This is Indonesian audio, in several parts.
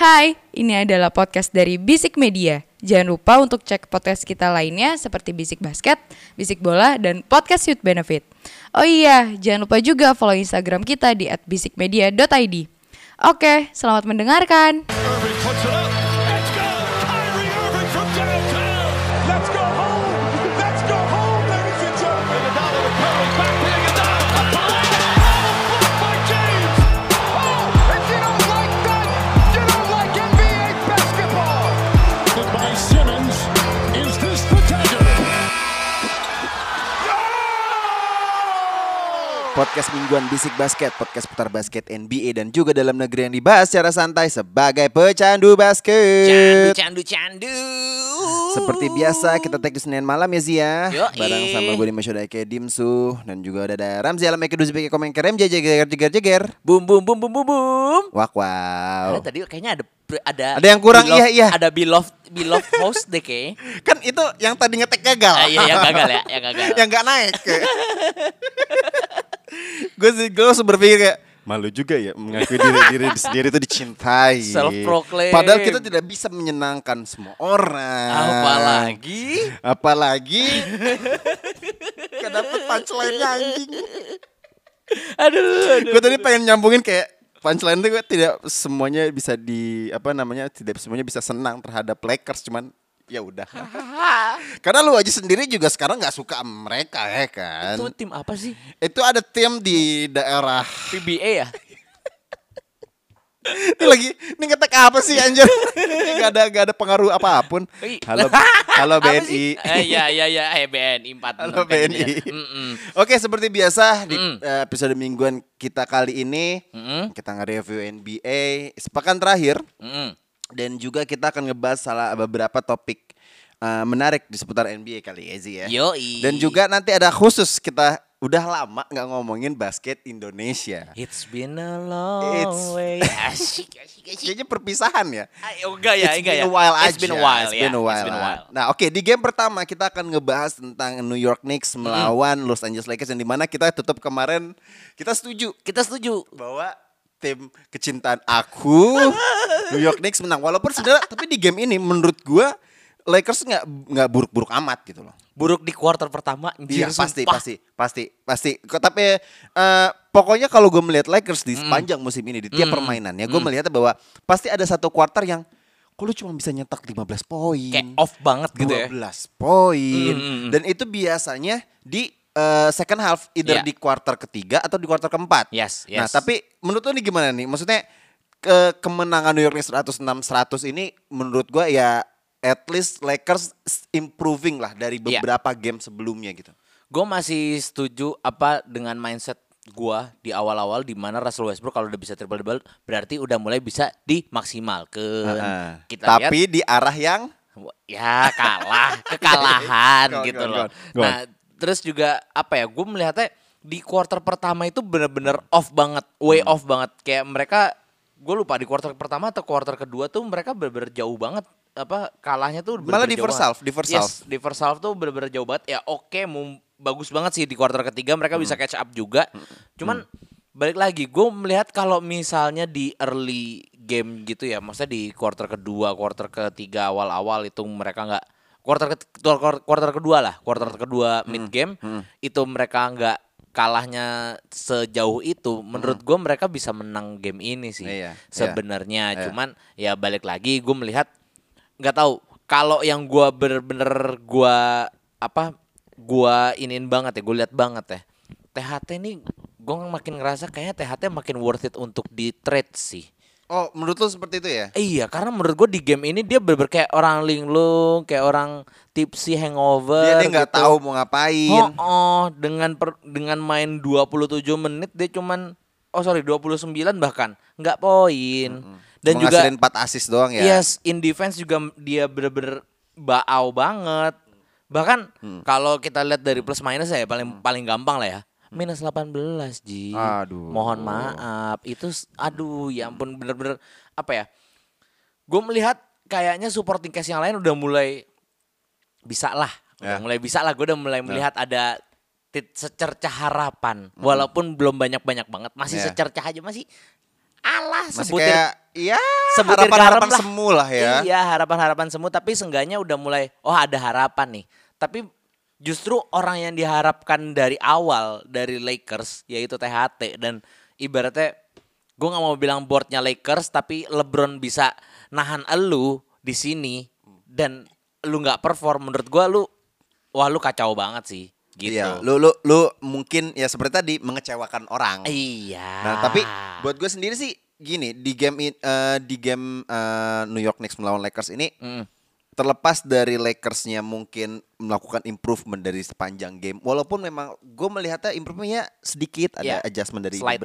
Hai, ini adalah podcast dari Bisik Media. Jangan lupa untuk cek podcast kita lainnya seperti Bisik Basket, Bisik Bola, dan Podcast Youth Benefit. Oh iya, jangan lupa juga follow Instagram kita di @bisikmedia.id. Oke, selamat mendengarkan. Podcast mingguan Bisik Basket, podcast putar basket NBA dan juga dalam negeri yang dibahas secara santai sebagai pecandu basket. Candu. Seperti biasa kita tag di Senin malam ya Zia. Yoi. Bareng sama gue di Masyodaike Dimsu. Dan juga ada Ramzi Alameke Duzi Beke Komen Kerem Jeger. Bum. Wak wow. Tadi kayaknya ada yang kurang, iya. Ada beloved host deh kayaknya. Kan itu yang tadi ngetek gagal. Iya, yang gagal ya, yang gagal. Yang gak naik. Gue langsung berpikir kayak malu juga ya mengakui diri sendiri itu dicintai. Self-proclaim. Padahal kita tidak bisa menyenangkan semua orang. Apalagi gak dapet punchline-nya anjing. Aduh. Gue tadi pengen nyambungin kayak punchline itu gue tidak semuanya bisa tidak semuanya bisa senang terhadap Lakers, cuman ya udah. Karena lu aja sendiri juga sekarang nggak suka sama mereka ya kan. Itu tim apa sih? Itu ada tim di daerah PBA ya? Ini ngetek apa sih anjir? Gak ada pengaruh apapun. Halo BNI. Iya, BNI 4. Halo BNI. Oke, seperti biasa di episode mingguan kita kali ini kita nge-review NBA sepekan terakhir. Dan juga kita akan ngebahas beberapa topik menarik di seputar NBA kali ya Zi ya. Yoi. Dan juga nanti ada khusus, kita udah lama gak ngomongin basket Indonesia. It's been a long way. Asik. Kayaknya perpisahan ya. Enggak ya. It's been a while. It's been a while. Nah oke, di game pertama kita akan ngebahas tentang New York Knicks melawan Los Angeles Lakers, yang dimana kita tutup kemarin kita setuju bahwa tim kecintaan aku New York Knicks menang. Walaupun sebenarnya tapi di game ini menurut gue Lakers nggak buruk-buruk amat gitu loh. Buruk di kuarter pertama. Iya pasti. Tapi pokoknya kalau gue melihat Lakers di sepanjang musim ini di tiap permainannya, gue melihatnya bahwa pasti ada satu kuarter yang kok lu cuma bisa nyetak 15 poin. Kayak off banget gitu ya. 12 poin. Dan itu biasanya di second half, either di kuarter ketiga atau di kuarter keempat. Yes. Nah, tapi menurut lu ini gimana nih? Maksudnya kemenangan New York Knicks 106-100 ini menurut gue ya at least Lakers improving lah dari beberapa game sebelumnya gitu. Gue masih setuju dengan mindset gue di awal-awal, di mana Russell Westbrook kalau udah bisa triple double berarti udah mulai bisa dimaksimalkan. Tapi lihat, di arah yang kekalahan gitu loh. Nah, terus juga gue melihatnya di quarter pertama itu benar-benar off banget, off banget. Kayak mereka, gue lupa di quarter pertama atau quarter kedua tuh mereka benar-benar jauh banget. Kalahnya tuh malah di first half. Di first half tuh benar-benar jauh banget. Ya bagus banget sih di quarter ketiga mereka bisa catch up juga. Cuman balik lagi gue melihat kalau misalnya di early game gitu ya, maksudnya di quarter kedua, quarter ketiga awal-awal itu mereka nggak quarter kedua mid game itu mereka nggak kalahnya sejauh itu, menurut gue mereka bisa menang game ini sih sebenarnya. Cuman ya balik lagi gue melihat nggak tahu kalau yang gue bener-bener gue iniin banget ya, gue lihat banget ya THT ini, gue makin ngerasa kayaknya THT makin worth it untuk di trade sih. Oh, menurut lu seperti itu ya? Iya, karena menurut gue di game ini dia bener-bener kayak orang linglung, kayak orang tipsy hangover. Dia nggak tahu mau ngapain. Dengan main 27 menit dia cuman 29 bahkan nggak poin. Dan juga ngasilin 4 assist doang ya. Yes, in defense juga dia bener-bener baau banget. Bahkan kalau kita lihat dari plus minus ya paling gampang lah ya. Minus 18 Ji. Aduh. Mohon maaf. Itu ya ampun, bener-bener gue melihat kayaknya supporting cast yang lain udah mulai bisa lah. Gue udah mulai melihat ada secercah harapan. Walaupun belum banyak-banyak banget, masih secercah aja, masih alah Masih sebutir kayak ya sebutir harapan-harapan garam lah. semu lah ya. Iya, harapan-harapan semu, tapi seenggaknya udah mulai ada harapan nih. Tapi justru orang yang diharapkan dari awal dari Lakers yaitu THT, dan ibaratnya gue nggak mau bilang boardnya Lakers, tapi LeBron bisa nahan elu di sini dan lu nggak perform, menurut gue lu kacau banget sih gitu. Iya, lu mungkin ya seperti tadi mengecewakan orang. Iya. Nah, tapi buat gue sendiri sih gini, di game New York Knicks melawan Lakers ini terlepas dari Lakersnya mungkin melakukan improvement dari sepanjang game, walaupun memang gue melihatnya improvementnya sedikit, ada adjustment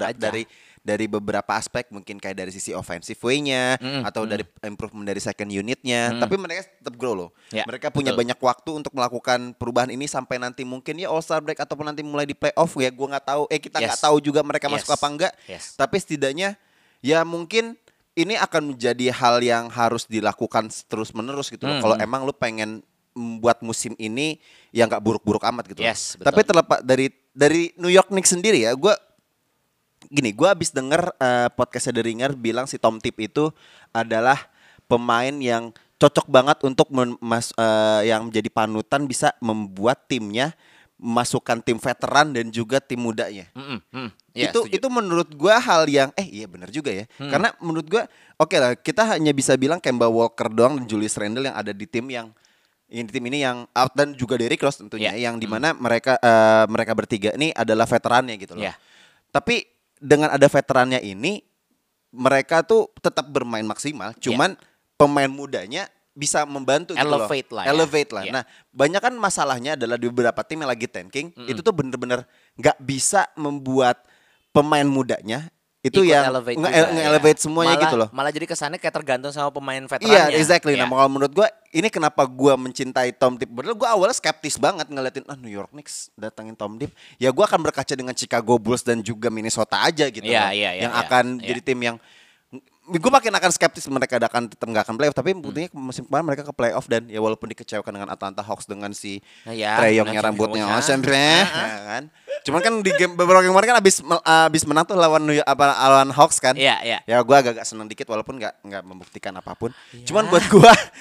dari beberapa aspek, mungkin kayak dari sisi offensive way-nya atau dari improvement dari second unitnya, tapi mereka tetap grow loh. Mereka punya banyak waktu untuk melakukan perubahan ini sampai nanti mungkin ya All Star break ataupun nanti mulai di playoff ya, gue nggak tahu. Kita nggak tahu juga mereka masuk apa enggak. Tapi setidaknya ya mungkin ini akan menjadi hal yang harus dilakukan terus menerus gitu loh. Kalau emang lu pengen membuat musim ini yang nggak buruk-buruk amat gitu. Tapi terlepas dari New York Knicks sendiri ya, gue habis denger podcastnya The Ringer bilang si Tom Tip itu adalah pemain yang cocok banget untuk yang menjadi panutan, bisa membuat timnya masukkan tim veteran dan juga tim mudanya. Itu menurut gua hal yang iya benar juga ya. Karena menurut gua oke lah, kita hanya bisa bilang Kemba Walker doang dan Julius Randle yang ada di tim ini yang out, dan juga Derrick Rose tentunya yang dimana mereka bertiga ini adalah veterannya gitu loh. Tapi dengan ada veterannya ini, mereka tuh tetap bermain maksimal. Cuman pemain mudanya bisa membantu elevate gitu loh. Elevate lah. Nah, banyak kan masalahnya adalah di beberapa tim yang lagi tanking, itu tuh bener-bener nggak bisa membuat pemain mudanya itu ikut yang nge-elevate semuanya gitu loh. Malah jadi kesannya kayak tergantung sama pemain Iya, veterannya. exactly. Nah, kalau menurut gue ini kenapa gue mencintai Tom Tip. Padahal gue awalnya skeptis banget ngeliatin New York Knicks datangin Tom Tip. Ya gue akan berkaca dengan Chicago Bulls dan juga Minnesota aja gitu loh. Yang akan jadi tim yang gue makin akan skeptis mereka tetap nggak akan playoff, tapi buktinya musim kemarin mereka ke playoff, dan ya walaupun dikecewakan dengan Atlanta Hawks dengan si Trae Young-nya rambutnya kan. Cuman kan di game beberapa game kemarin kan abis menang tuh lawan Hawks kan. Iya. Ya gue agak senang dikit walaupun nggak membuktikan apapun. Cuman buat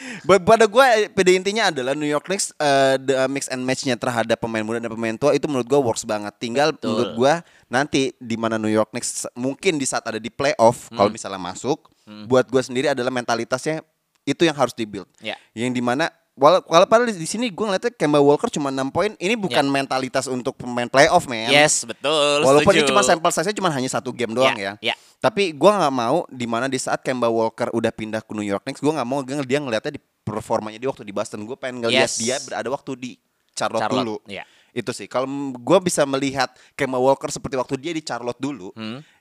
gue pada intinya adalah New York Knicks the mix and match-nya terhadap pemain muda dan pemain tua itu menurut gue works banget. Tinggal menurut gue nanti di mana New York Knicks mungkin di saat ada di playoff kalau misalnya masuk, buat gue sendiri adalah mentalitasnya itu yang harus dibuild. Yang dimana padahal di sini gue ngeliatnya Kemba Walker cuma 6 poin, ini bukan mentalitas untuk pemain playoff, man. Yes, betul. Walaupun setuju. ini cuma sampel size-nya cuma hanya 1 game doang ya. Tapi gue nggak mau di mana di saat Kemba Walker udah pindah ke New York Knicks, gue nggak mau dia ngeliatnya di performanya dia waktu di Boston. Gue pengen ngeliat dia berada waktu di Charlotte dulu. Itu sih. Kalau gue bisa melihat Kemba Walker seperti waktu dia di Charlotte dulu,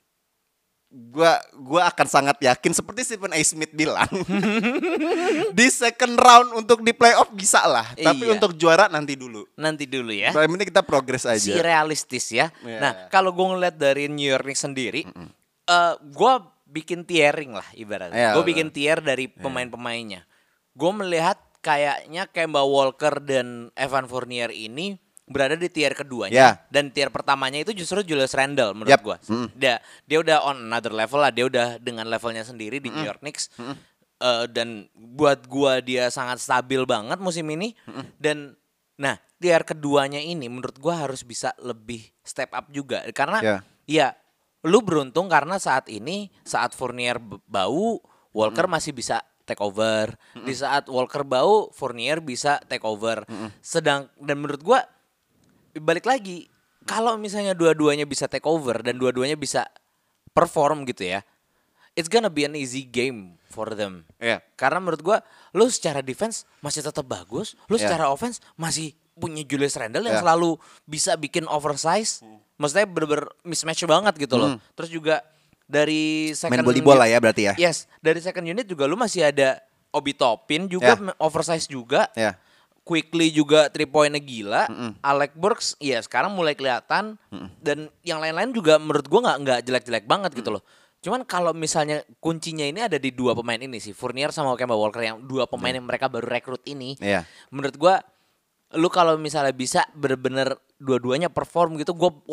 gue akan sangat yakin seperti Stephen A. Smith bilang di second round untuk di playoff bisa lah, tapi untuk juara nanti dulu ya. Yang penting kita progres aja. Si realistis ya. Nah, kalau gue ngeliat dari New York Knicks sendiri, gue bikin tiering lah ibaratnya. Gue bikin tier dari pemain-pemainnya. Gue melihat kayaknya Kemba Walker dan Evan Fournier ini berada di tier keduanya, dan tier pertamanya itu justru Julius Randle menurut gua. Dia udah on another level lah, dia udah dengan levelnya sendiri di New York Knicks. Dan buat gua dia sangat stabil banget musim ini. Dan nah, tier keduanya ini menurut gua harus bisa lebih step up juga, karena ya lu beruntung karena saat Fournier bau, Walker masih bisa take over. Di saat Walker bau, Fournier bisa take over. Dan menurut gua balik lagi, kalau misalnya dua-duanya bisa take over dan dua-duanya bisa perform gitu ya, it's gonna be an easy game for them. Karena menurut gua, lu secara defense masih tetap bagus, lu secara offense masih punya Julius Randle yang selalu bisa bikin oversize. Maksudnya bener-bener mismatch banget gitu loh. Terus juga dari second main volleyball lah ya berarti ya. Yes, dari second unit juga lu masih ada Obi Toppin juga oversize juga. Quickly juga 3 poinnya gila. Alec Burks ya sekarang mulai kelihatan. Dan yang lain-lain juga menurut gua nggak jelek-jelek banget gitu loh. Cuman kalau misalnya kuncinya ini ada di dua pemain ini sih, Fournier sama Kemba Walker, yang dua pemain yang mereka baru rekrut ini. Menurut gua lu kalau misalnya bisa bener-bener dua-duanya perform gitu,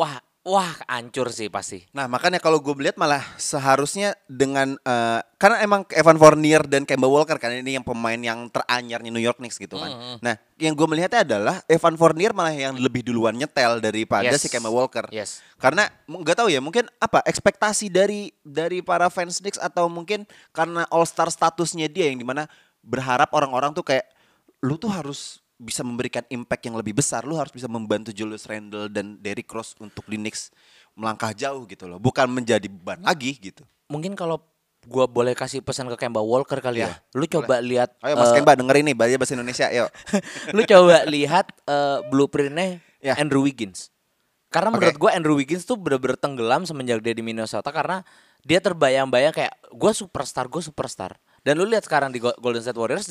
wah hancur sih pasti. Nah makanya kalau gue melihat malah seharusnya dengan karena emang Evan Fournier dan Kemba Walker kan ini yang pemain yang teranyarnya New York Knicks gitu kan. Nah yang gue melihatnya adalah Evan Fournier malah yang lebih duluan nyetel daripada si Kemba Walker. Yes. Karena nggak tahu ya mungkin apa ekspektasi dari para fans Knicks atau mungkin karena All Star statusnya dia yang dimana berharap orang-orang tuh kayak lu tuh harus bisa memberikan impact yang lebih besar, lu harus bisa membantu Julius Randle dan Derrick Rose untuk di Knicks melangkah jauh gitu loh, bukan menjadi beban lagi gitu. Mungkin kalau gua boleh kasih pesan ke Kemba Walker kali ya. Lu coba lihat Ayo Mas Kemba dengerin nih bahasa Indonesia, yuk. lu coba lihat blueprintnya Ya. Andrew Wiggins. Karena menurut gua Andrew Wiggins tuh bener-bener tenggelam semenjak dia di Minnesota karena dia terbayang-bayang kayak gue superstar. Dan lu lihat sekarang di Golden State Warriors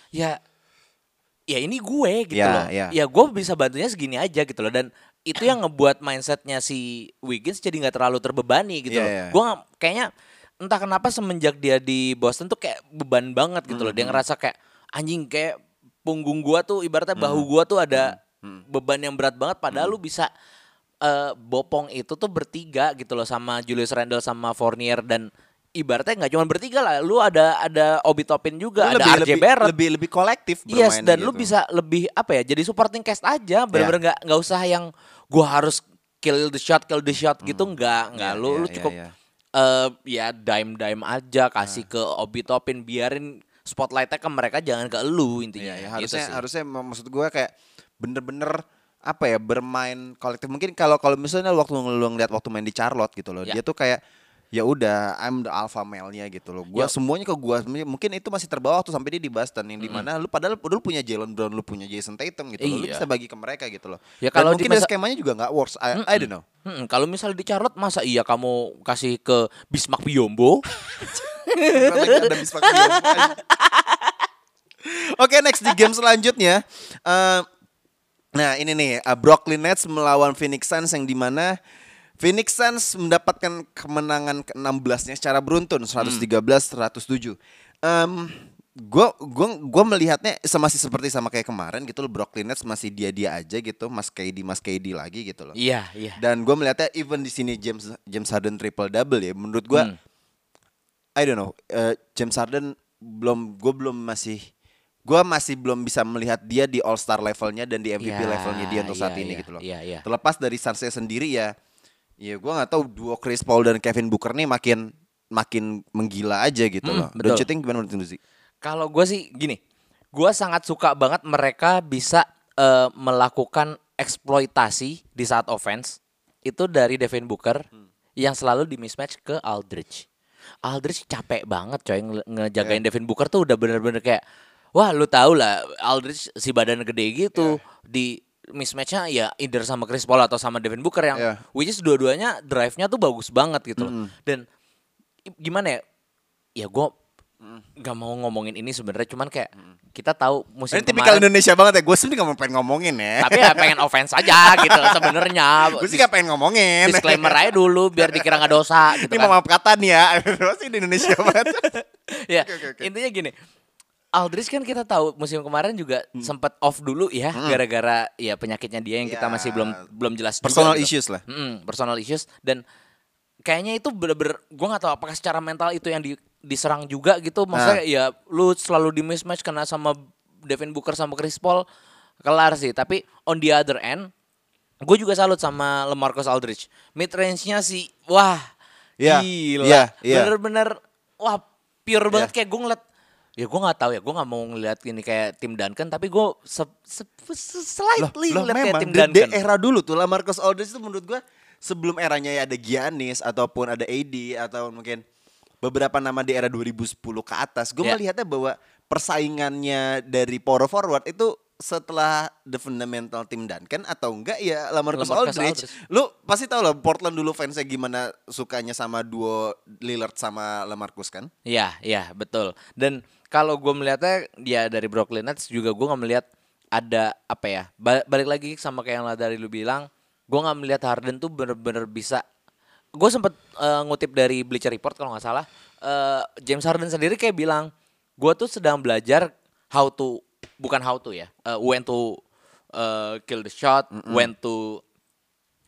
ya ini gue gitu loh. Ya gue bisa bantunya segini aja gitu loh. Dan itu yang ngebuat mindsetnya si Wiggins jadi nggak terlalu terbebani gitu loh. Gue kayaknya entah kenapa semenjak dia di Boston tuh kayak beban banget gitu loh. Dia ngerasa kayak anjing kayak punggung gue tuh ibaratnya bahu gue tuh ada beban yang berat banget. Padahal lu bisa bopong itu tuh bertiga gitu loh sama Julius Randle sama Fournier dan ibaratnya nggak cuma bertiga lah, lu ada Obi Toppin juga, ada RJ Barrett, lebih kolektif bermain. Yes, dan gitu. lu bisa lebih apa ya? Jadi supporting cast aja, bener-bener nggak usah yang gua harus kill the shot gitu, nggak lu cukup ya dime aja kasih ke Obi Toppin, biarin spotlightnya ke mereka, jangan ke lu intinya. Harusnya maksud gua kayak bener-bener apa ya bermain kolektif. Mungkin kalau misalnya waktu lu ngeliat waktu main di Charlotte gitu loh, dia tuh kayak ya udah I'm the alpha male-nya gitu loh. Gua semuanya ke gua, mungkin itu masih terbawa waktu sampai dia di Boston yang dimana lu padahal lu punya Jalen Brown, lu punya Jason Tatum gitu loh. Lu bisa bagi ke mereka gitu loh. Ya kalau mungkin skemanya juga nggak works. I don't know. Kalau misalnya di Charlotte masa iya kamu kasih ke Bismack Biyombo? Ada Bismack Biyombo. Oke, next di game selanjutnya. Nah ini nih Brooklyn Nets melawan Phoenix Suns yang dimana Phoenix Suns mendapatkan kemenangan ke-16-nya secara beruntun 113-107. Gue melihatnya masih seperti sama kayak kemarin gitu loh, Brooklyn Nets masih dia aja gitu, Mas KD lagi gitu loh. Iya. Dan gue melihatnya even di sini James Harden triple double ya. Menurut gue I don't know, James Harden gue masih belum bisa melihat dia di All Star levelnya dan di MVP levelnya dia untuk saat ini gitu loh. Terlepas dari Suns-nya sendiri ya gue nggak tahu duo Chris Paul dan Kevin Booker nih makin menggila aja gitu loh. Don't you think gimana menurut lu sih? Kalau gue sih gini, gue sangat suka banget mereka bisa melakukan eksploitasi di saat offense itu dari Devin Booker yang selalu di mismatch ke Aldridge. Aldridge capek banget coy ngejagain Devin Booker tuh udah bener-bener kayak wah lu tau lah Aldridge si badan gede gitu di mismatchnya ya either sama Chris Paul atau sama Devin Booker yang which is dua-duanya drive-nya tuh bagus banget gitu loh. Dan gimana ya gue nggak mau ngomongin ini sebenarnya cuman kayak kita tahu musim ini tipikal Indonesia banget ya, gue sebenernya nggak pengen ngomongin ya tapi ya pengen offense aja gitu sebenarnya. Gue sih nggak pengen ngomongin, disclaimer aja dulu biar dikira nggak dosa gitu. Ini maaf kata nih ya pasti di Indonesia banget. Ya okay. Intinya gini, Aldridge kan kita tahu musim kemarin juga sempat off dulu ya gara-gara ya penyakitnya dia yang kita masih belum jelas personal juga, issues gitu lah. Personal issues dan kayaknya itu bener-bener gue nggak tahu apakah secara mental itu yang diserang juga gitu. Maksudnya ya lu selalu di mismatch kena sama Devin Booker sama Chris Paul kelar sih. Tapi on the other end gue juga salut sama LaMarcus Aldridge. Mid range-nya sih wah gila. Bener-bener wah pure banget kayak gue ngeliat. Ya gue nggak tahu ya, gue nggak mau ngeliat ini kayak tim Duncan, tapi gue slightly ngeliat kayak tim Duncan. Di era dulu tuh LaMarcus Aldridge itu menurut gue sebelum eranya ya ada Giannis ataupun ada AD atau mungkin beberapa nama di era 2010 ke atas, gue melihatnya bahwa persaingannya dari power forward itu setelah the fundamental tim Duncan atau enggak ya LaMarcus Aldridge. Lu pasti tahu lah Portland dulu fansnya gimana sukanya sama duo Lillard sama LaMarcus kan? Iya betul. Dan kalau gue melihatnya ya dari Brooklyn Nets juga gue nggak melihat ada apa ya balik lagi sama kayak yang dari lu bilang, gue nggak melihat Harden tuh bener-bener bisa. Gue sempet ngutip dari Bleacher Report kalau nggak salah, James Harden sendiri kayak bilang gue tuh sedang belajar when to kill the shot, when to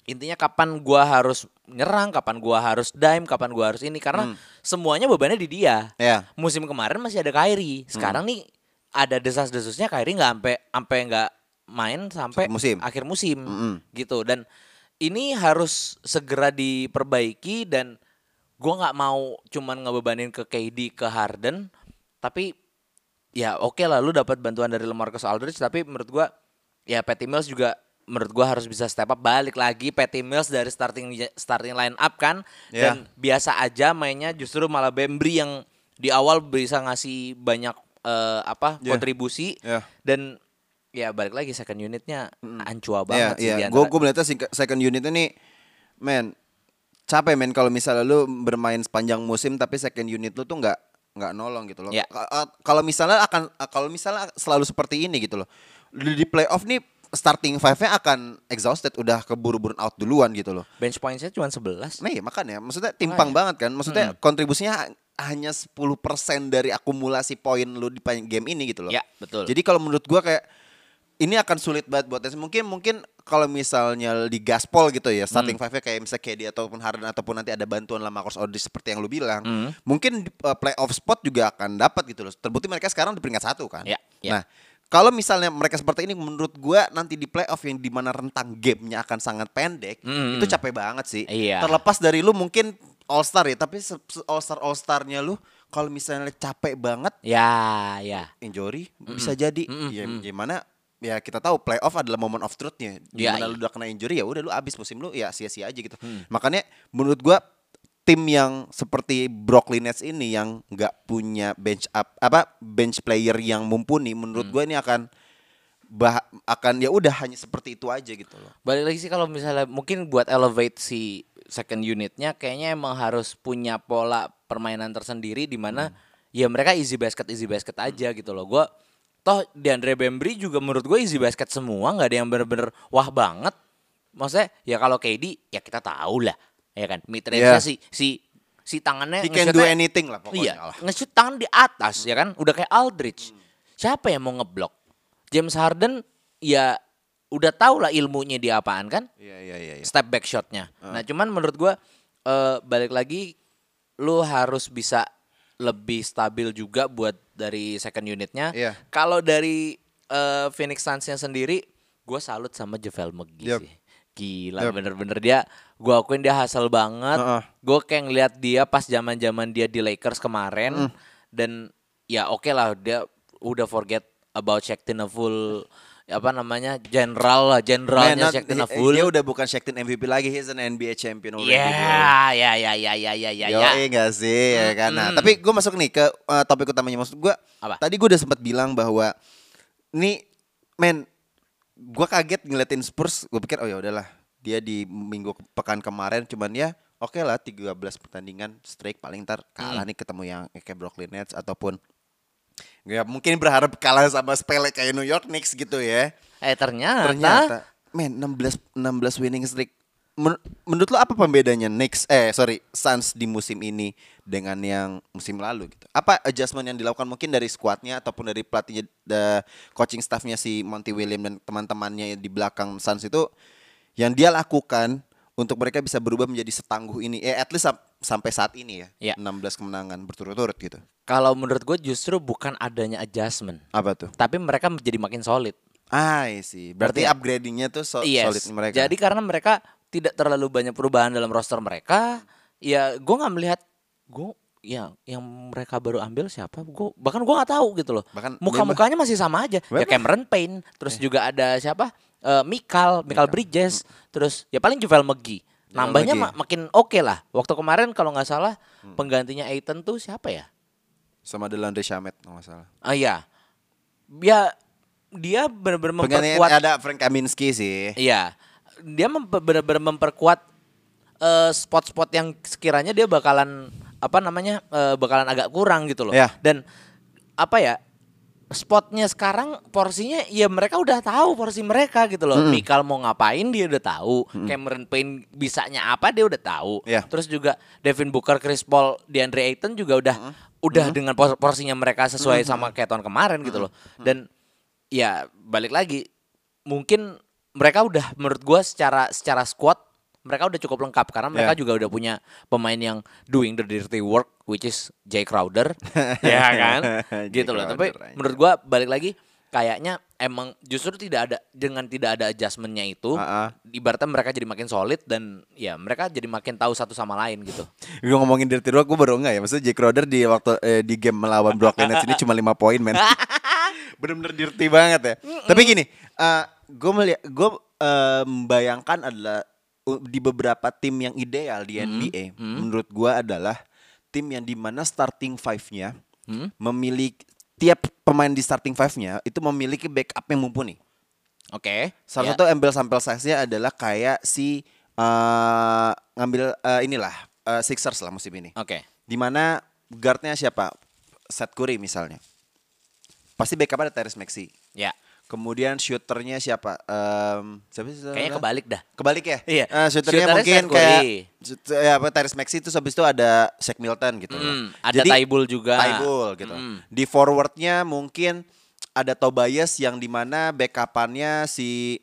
intinya kapan gua harus nyerang, kapan gua harus dime, kapan gua harus ini karena semuanya bebannya di dia. Ya. Musim kemarin masih ada Kyrie. Sekarang nih ada desas-desusnya Kyrie nggak sampai nggak main sampai akhir musim gitu. Dan ini harus segera diperbaiki dan gua nggak mau cuman ngebebanin ke KD, ke Harden, tapi ya oke lah lu dapat bantuan dari LaMarcus Aldridge, tapi menurut gua ya Patty Mills juga menurut gua harus bisa step up. Balik lagi Patty Mills dari starting line up kan, dan biasa aja mainnya justru malah Bembry yang di awal bisa ngasih banyak kontribusi dan ya balik lagi second unitnya ancua banget sih. Gue melihatnya second unitnya nih, men, capek men kalau misalnya lu bermain sepanjang musim tapi second unit lu tuh nggak nolong gitu loh. Kalau misalnya selalu seperti ini gitu loh, di playoff nih starting five-nya akan exhausted, udah keburu burn out duluan gitu loh. Bench points-nya cuma 11. Nah iya makanya, maksudnya timpang banget kan. Maksudnya kontribusinya hanya 10% dari akumulasi poin lu di game ini gitu loh. Ya betul. Jadi kalau menurut gua kayak ini akan sulit banget buat mungkin kalau misalnya di gaspol gitu ya, starting five-nya kayak misalnya KD ataupun Harden ataupun nanti ada bantuan LaMarcus Aldridge seperti yang lu bilang, mungkin playoff spot juga akan dapat gitu loh. Terbukti mereka sekarang di peringkat 1 kan. Nah, kalau misalnya mereka seperti ini, menurut gua nanti di playoff yang dimana rentang gamenya akan sangat pendek, itu capek banget sih. Terlepas dari lu mungkin All Star ya, tapi All Starnya lu kalau misalnya capek banget, injury bisa jadi. Ya gimana? Ya kita tahu playoff adalah moment of truth-nya. Dimana lu udah kena injury ya udah lu abis musim lu ya sia-sia aja gitu. Makanya menurut gua tim yang seperti Brooklyn Nets ini yang nggak punya bench player yang mumpuni, menurut gua ini akan ya udah hanya seperti itu aja gitu loh. Balik lagi sih kalau misalnya mungkin buat elevate si second unitnya kayaknya emang harus punya pola permainan tersendiri di mana ya mereka easy basket aja gitu loh. Gua toh DeAndre Bembry juga menurut gue easy basket semua, nggak ada yang bener-bener wah banget. Maksudnya ya kalau KD ya kita tahu lah, ya kan mid range-nya si tangannya he can do anything lah pokoknya. Nge-shoot tangan di atas ya kan, udah kayak Aldridge. Siapa yang mau ngeblok? James Harden ya udah tahu lah ilmunya dia apaan kan? Iya. Step back shotnya. Nah cuman menurut gue balik lagi lu harus bisa lebih stabil juga buat dari second unitnya. Kalau dari Phoenix Suns-nya sendiri, gue salut sama JaVale McGee sih. Gila bener-bener dia, gue akuin dia hustle banget. Gue kayak ngeliat dia pas zaman-zaman dia di Lakers kemarin. Dan ya oke lah dia udah forget about Shaqtin a full generalnya Shaqtin a full. Dia udah bukan Shaqtin MVP lagi, he's an NBA champion already. Ya. Enggak sih ya kan. Nah, tapi gue masuk nih ke topik utamanya. Maksud gue tadi gue udah sempat bilang bahwa nih gue kaget ngeliatin Spurs. Gue pikir oh ya udahlah, dia di pekan kemarin cuman ya oke lah 13 pertandingan straight paling ntar kalah nih ketemu yang kayak Brooklyn Nets ataupun ya mungkin berharap kalah sama sepele kayak New York Knicks gitu ya. Ternyata 16 winning streak. Menurut lo apa pembedanya Suns di musim ini dengan yang musim lalu gitu? Apa adjustment yang dilakukan mungkin dari squadnya ataupun dari pelatihnya, coaching staffnya si Monty Williams dan teman-temannya di belakang Suns itu yang dia lakukan untuk mereka bisa berubah menjadi setangguh ini? At least sampai saat ini ya. 16 kemenangan berturut-turut gitu. Kalau menurut gue justru bukan adanya adjustment. Apa tuh? Tapi mereka menjadi makin solid. Sih. Berarti upgradingnya tuh solid mereka. Jadi karena mereka tidak terlalu banyak perubahan dalam roster mereka, ya gue nggak melihat yang mereka baru ambil siapa. Bahkan gue nggak tahu gitu loh. Muka-mukanya masih sama aja. Ya Cameron Payne, terus juga ada siapa? Michael Bridges, terus ya paling JaVale McGee. Nambahnya makin oke lah. Waktu kemarin kalau nggak salah penggantinya Ayton tuh siapa ya? Sama DeLandre Shamet kalau nggak salah. Ya dia benar-benar memperkuat. Ada Frank Kaminsky sih. Iya, dia benar-benar memperkuat spot-spot yang sekiranya dia bakalan bakalan agak kurang gitu loh. Dan spotnya sekarang porsinya ya mereka udah tahu porsi mereka gitu loh. Michael mau ngapain dia udah tahu. Cameron Payne bisanya apa dia udah tahu. Terus juga Devin Booker, Chris Paul, DeAndre Ayton juga udah dengan porsinya mereka sesuai sama kayak tahun kemarin gitu loh. Dan ya balik lagi mungkin mereka udah menurut gue secara squad mereka udah cukup lengkap karena mereka juga udah punya pemain yang doing the dirty work, which is Jay Crowder, ya kan, gitu loh. Tapi menurut gua balik lagi kayaknya emang justru tidak ada adjustmentnya itu, ibaratnya mereka jadi makin solid dan ya mereka jadi makin tahu satu sama lain gitu. Gue ngomongin dirty work, gue baru enggak ya, maksudnya Jay Crowder di waktu di game melawan Brooklyn Nets ini cuma 5 poin men. Bener-bener dirty banget ya. Tapi gini, gue membayangkan adalah di beberapa tim yang ideal di NBA, menurut gue adalah tim yang dimana starting five-nya memiliki tiap pemain di starting five-nya itu memiliki backup yang mumpuni. Oke. Salah satu ambil sampel size-nya adalah kayak si ngambil Sixers lah musim ini. Oke. Dimana guardnya siapa? Seth Curry misalnya. Pasti backup ada Tyrese Maxey. Ya. Kemudian shooternya siapa? Kayaknya kebalik dah. Kebalik ya? Iya. Shooternya mungkin kayak Tyrese Maxey itu habis itu ada Shaq Milton gitu. Ada Thybulle juga. Thybulle gitu. Di forwardnya mungkin ada Tobias yang dimana backupannya si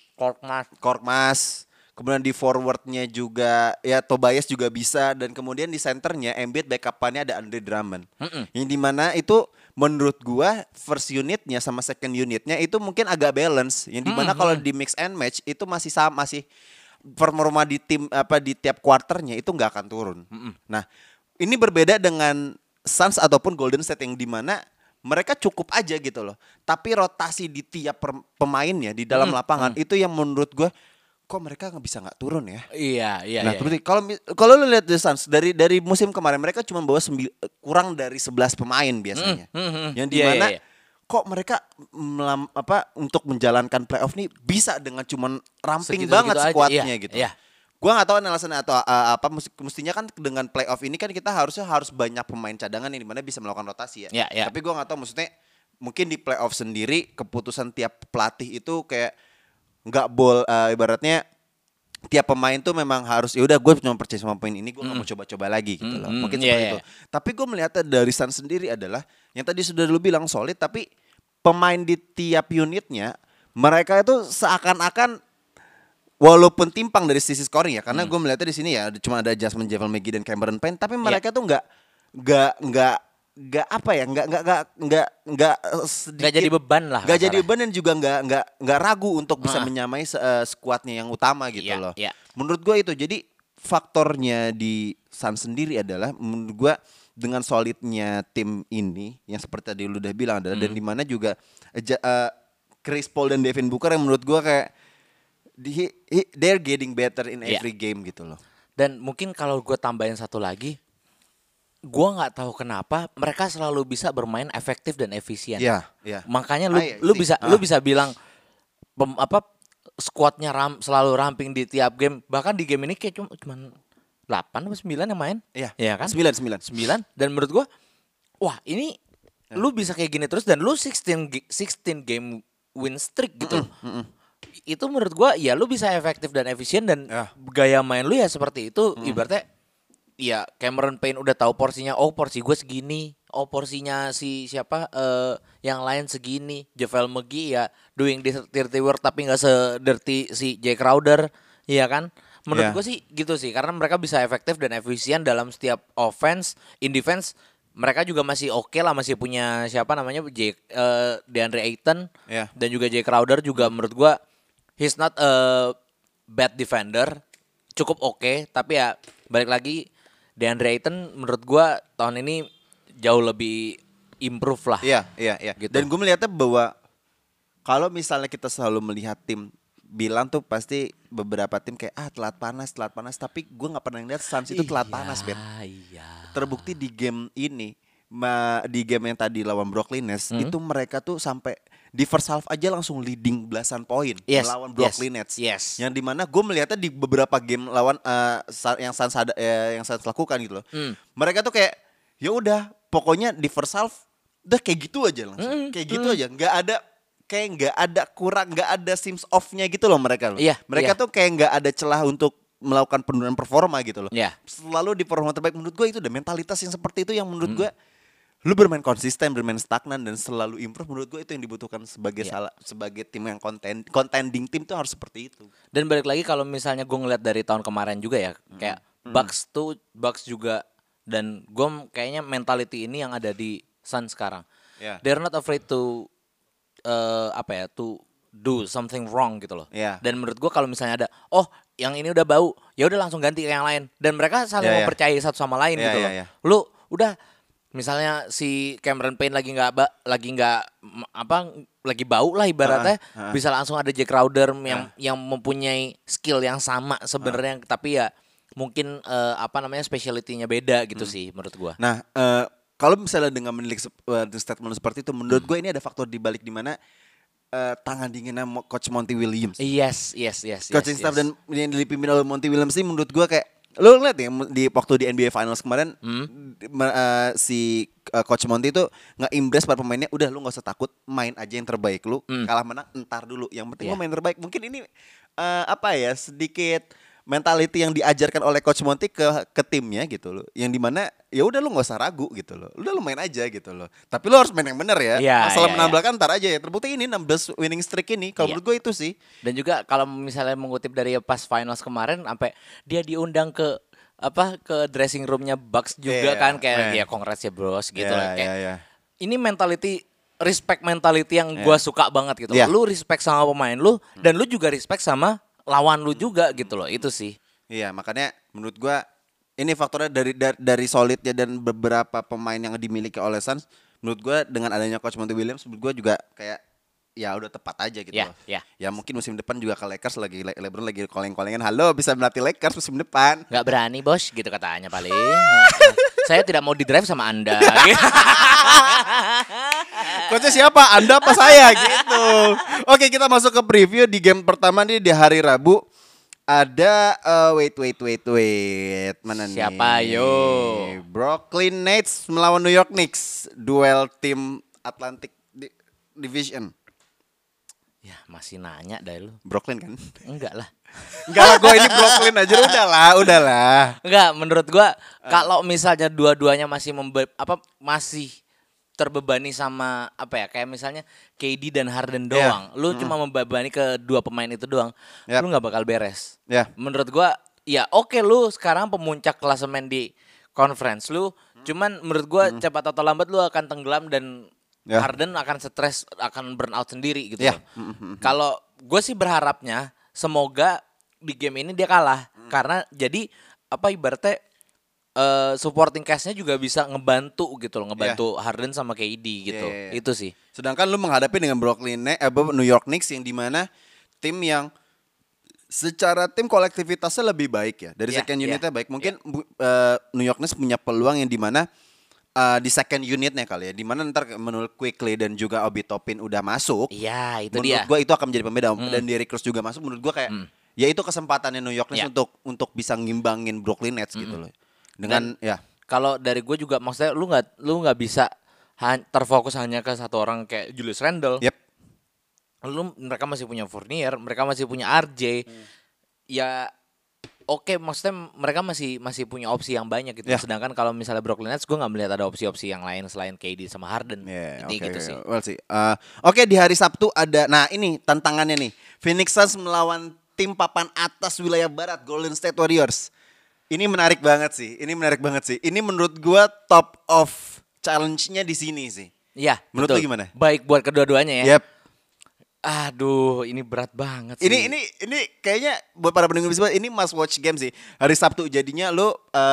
Korkmaz. Kemudian di forwardnya juga ya Tobias juga bisa, dan kemudian di centernya Embiid backupannya ada Andre Drummond. Yang dimana itu menurut gua first unitnya sama second unitnya itu mungkin agak balance. Yang dimana kalau di mix and match itu masih sama, masih performa di tim di tiap quarternya itu nggak akan turun. Nah ini berbeda dengan Suns ataupun Golden State yang dimana mereka cukup aja gitu loh. Tapi rotasi di tiap pemainnya di dalam lapangan itu yang menurut gue kok mereka nggak turun ya? Iya. Nah, seperti kalau lu lihat The Suns dari musim kemarin mereka cuma bawa kurang dari 11 pemain biasanya. Yang dimana kok mereka untuk menjalankan playoff nih bisa dengan cuman ramping banget skuadnya gitu. Iya. Gua nggak tahu alasannya atau apa, mestinya kan dengan playoff ini kan kita harus banyak pemain cadangan yang dimana bisa melakukan rotasi ya. Tapi gua nggak tahu, maksudnya mungkin di playoff sendiri keputusan tiap pelatih itu kayak nggak ibaratnya tiap pemain tuh memang harus ya udah gue cuma percaya sama pemain ini, gue nggak mau coba-coba lagi gitu loh. Mungkin seperti itu. Tapi gue melihatnya dari Suns sendiri adalah yang tadi sudah lu bilang solid, tapi pemain di tiap unitnya mereka itu seakan-akan walaupun timpang dari sisi scoring ya, karena gue melihatnya di sini ya cuma ada adjustment JaVale McGee dan Cameron Payne, tapi mereka tuh nggak jadi beban lah. Nggak jadi beban dan juga nggak ragu untuk bisa menyamai skuadnya yang utama gitu loh. Menurut gue itu jadi faktornya di Suns sendiri adalah menurut gue dengan solidnya tim ini yang seperti tadi lu udah bilang adalah dan dimana juga Chris Paul dan Devin Booker yang menurut gue kayak they're getting better in every game gitu loh. Dan mungkin kalau gue tambahin satu lagi, gue nggak tahu kenapa mereka selalu bisa bermain efektif dan efisien. Iya. Makanya lu bisa bilang skuadnya selalu ramping di tiap game. Bahkan di game ini kayak cuma 8 atau 9 yang main. Iya kan? 9. Dan menurut gue, wah ini lu bisa kayak gini terus dan lu 16 game win streak gitu. Itu menurut gue ya lu bisa efektif dan efisien dan gaya main lu ya seperti itu. Ibaratnya ya Cameron Payne udah tahu porsinya, porsi gue segini, porsinya si siapa yang lain segini. JaVale McGee ya doing dirty work tapi nggak se-dirty si Jay Crowder, iya kan? Menurut gue sih gitu sih, karena mereka bisa efektif dan efisien dalam setiap offense. In defense mereka juga masih oke lah, masih punya siapa namanya DeAndre Ayton dan juga Jay Crowder juga menurut gue he's not a bad defender, cukup oke, tapi ya balik lagi DeAndre Ayton menurut gue tahun ini jauh lebih improve lah. Iya. Gitu. Dan gue melihatnya bahwa kalau misalnya kita selalu melihat tim bilang tuh pasti beberapa tim kayak telat panas, tapi gue nggak pernah lihat Suns itu telat panas, Bet. Terbukti di game ini, di game yang tadi lawan Brooklyn Nets itu mereka tuh sampai di first half aja langsung leading belasan poin melawan Brooklyn Nets. Yang dimana gue melihatnya di beberapa game lawan yang Suns lakukan gitu loh. Mereka tuh kayak ya udah pokoknya di first half udah kayak gitu aja langsung. Kayak gitu aja, nggak ada kurang, nggak ada seams off-nya gitu loh mereka loh. Mereka tuh kayak nggak ada celah untuk melakukan penurunan performa gitu loh. Selalu di performa terbaik. Menurut gue itu udah mentalitas yang seperti itu yang menurut gue lu bermain konsisten, bermain stagnan dan selalu improve, menurut gue itu yang dibutuhkan sebagai sebagai tim yang contending tim tuh harus seperti itu. Dan balik lagi kalau misalnya gue ngeliat dari tahun kemarin juga ya, kayak Bucks juga, dan gue kayaknya mentality ini yang ada di Suns sekarang. Yeah. They're not afraid to to do something wrong gitu loh. Yeah. Dan menurut gue kalau misalnya ada, yang ini udah bau, ya udah langsung ganti ke yang lain. Dan mereka saling mempercayai satu sama lain gitu loh. Lu udah misalnya si Cameron Payne lagi bau lah ibaratnya, bisa langsung ada Jack Crowder yang mempunyai skill yang sama sebenarnya, tapi ya mungkin specialty-nya beda gitu sih menurut gua. Nah, kalau misalnya dengan menilik statement seperti itu, menurut gue ini ada faktor di balik di mana tangan dinginnya Coach Monty Williams. Yes. Coaching staff dan yang dipimpin oleh Monty Williams ini menurut gue kayak, lo ngeliat ya waktu di NBA Finals kemarin si Coach Monty itu nge-impress para pemainnya, udah lu gak usah takut, main aja yang terbaik lu, kalah menang entar dulu, yang penting lu main terbaik. Mungkin ini sedikit mentality yang diajarkan oleh Coach Monty ke timnya gitu loh, yang dimana ya udah lu nggak usah ragu gitu loh, udah lu main aja gitu loh, tapi lu harus main yang benar ya. Masalah menang belakang ntar aja ya, terbukti ini 16 winning streak ini kalau menurut gue itu sih. Dan juga kalau misalnya mengutip dari pas finals kemarin, sampai dia diundang ke dressing roomnya Bucks juga kan, kayak ya congrats ya bros gitu lah, kayak ini respect mentality yang gue suka banget gitu. Lu respect sama pemain lu, dan lu juga respect sama lawan lu juga gitu loh, itu sih. Iya, makanya menurut gua ini faktornya dari solidnya dan beberapa pemain yang dimiliki oleh Suns. Menurut gua dengan adanya Coach Monty Williams, menurut gua juga kayak ya udah tepat aja gitu loh. Ya mungkin musim depan juga ke Lakers LeBron lagi calling-callingan, halo bisa melatih Lakers musim depan. Gak berani bos gitu katanya paling. Saya tidak mau di drive sama Anda. Coachnya siapa? Anda apa saya gitu. Oke, kita masuk ke preview di game pertama nih di hari Rabu. Ada wait. Mana nih? Siapa yo? Brooklyn Nets melawan New York Knicks. Duel tim Atlantic Division. Ya masih nanya dah lu. Brooklyn kan? Enggak lah. Enggak lah, gue ini Brooklyn aja. Udahlah. Enggak, menurut gue kalau misalnya dua-duanya masih masih terbebani sama kayak misalnya KD dan Harden doang, lu cuma membebani ke dua pemain itu doang, lu nggak bakal beres. Menurut gua ya oke, lu sekarang pemuncak klasemen di conference lu, cuman menurut gua cepat atau lambat lu akan tenggelam dan Harden akan stres, akan burn out sendiri gitu. Kalau gue sih berharapnya semoga di game ini dia kalah, karena jadi ibaratnya supporting cast-nya juga bisa ngebantu gitu loh, Harden sama KD gitu. Itu sih. Sedangkan lu menghadapi dengan New York Knicks yang dimana tim yang secara tim kolektivitasnya lebih baik ya. Dari second unitnya baik. Mungkin New York Knicks punya peluang yang dimana di second unitnya kali ya, dimana ntar menurut Quickly dan juga Obi Toppin udah masuk. Iya, itu menurut dia. Gue itu akan menjadi pembeda. Dan Derrick Rose juga masuk. Menurut gue kayak ya itu kesempatannya New York Knicks untuk bisa ngimbangin Brooklyn Nets gitu loh. Dengan kalau dari gue juga maksudnya lu nggak bisa terfokus hanya ke satu orang kayak Julius Randle. Mereka masih punya Fournier, mereka masih punya RJ. Ya oke, maksudnya mereka masih punya opsi yang banyak gitu. Sedangkan kalau misalnya Brooklyn Nets, gue nggak melihat ada opsi-opsi yang lain selain KD sama Harden. Gitu sih. Well sih. Oke, di hari Sabtu ada, nah ini tantangannya nih, Phoenix Suns melawan tim papan atas wilayah barat Golden State Warriors. Ini menarik banget sih. Ini menurut gua top of challenge-nya di sini sih. Iya. Menurut lu gimana? Baik buat kedua-duanya ya. Yep. Aduh, ini berat banget sih. Ini kayaknya buat para pendengar bisnis ini must watch game sih. Hari Sabtu jadinya lu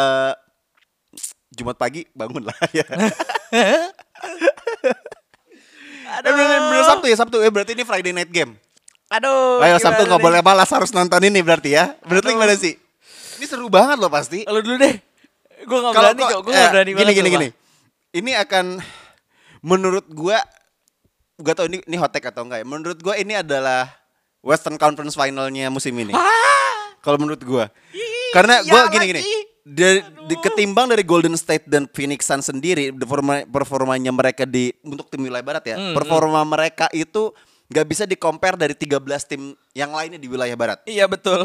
Jumat pagi bangun lah ya. Bener Sabtu ya, berarti ini Friday night game. Aduh. Ayo Sabtu nggak boleh malas, harus nonton ini berarti ya. Menurut lu gimana sih? Ini seru banget loh pasti. Lu dulu deh. Gue gak berani kok. Gue gak berani banget. Gini. Ini akan menurut gue gak tau ini hot take atau enggak ya. Menurut gue ini adalah Western Conference finalnya musim ini. Kalau menurut gue. Karena gue gini. Ketimbang dari Golden State dan Phoenix Suns sendiri, performanya mereka untuk tim wilayah barat ya. Performa mereka itu gak bisa di-compare dari 13 tim yang lainnya di wilayah barat. Iya betul.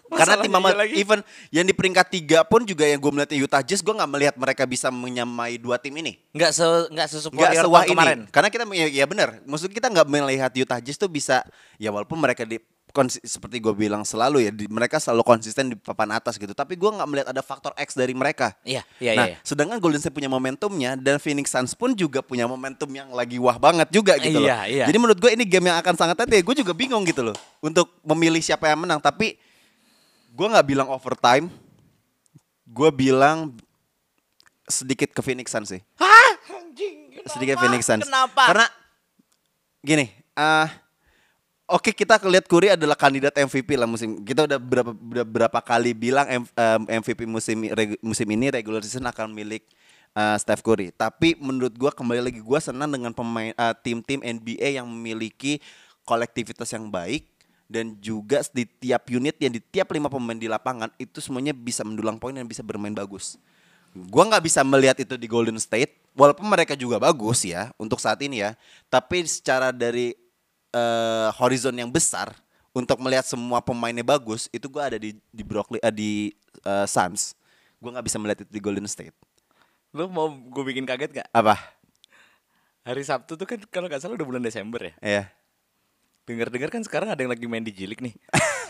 Karena tim mama Masalahnya lagi. even yang di peringkat 3 pun juga yang gue melihat Utah Jazz, gue nggak melihat mereka bisa menyamai dua tim ini. Nggak Nggak sesuperior sewah tahun ini. kemarin. Karena kita ya benar. Maksud kita nggak melihat Utah Jazz tuh bisa ya walaupun mereka seperti gue bilang selalu ya mereka selalu konsisten di papan atas gitu. Tapi gue nggak melihat ada faktor X dari mereka. Iya. Nah, sedangkan Golden State punya momentumnya dan Phoenix Suns pun juga punya momentum yang lagi wah banget juga gitu loh. Iya. Jadi menurut gue ini game yang akan sangat hati. Gue juga bingung gitu loh untuk memilih siapa yang menang. Tapi gue nggak bilang overtime. Gue bilang sedikit ke Phoenix Suns sih. Anjing. Sedikit Phoenix Suns. Kenapa? Karena gini, oke, kita lihat Curry adalah kandidat MVP lah musim. Kita udah berapa kali bilang MVP musim ini regular season akan milik Steph Curry. Tapi menurut gua kembali lagi gua senang dengan pemain tim-tim NBA yang memiliki kolektivitas yang baik dan juga di tiap unit yang di tiap 5 pemain di lapangan itu semuanya bisa mendulang poin dan bisa bermain bagus. Gua nggak bisa melihat itu di Golden State, walaupun mereka juga bagus ya untuk saat ini ya. Tapi secara dari horizon yang besar untuk melihat semua pemainnya bagus itu gue ada di Brooklyn di Suns. Gue nggak bisa melihat itu di Golden State. Lu mau gue bikin kaget gak? Apa? Hari Sabtu tuh kan kalau gak salah udah bulan Desember ya. Iya. Dengar-dengar kan sekarang ada yang lagi main di Jilik nih.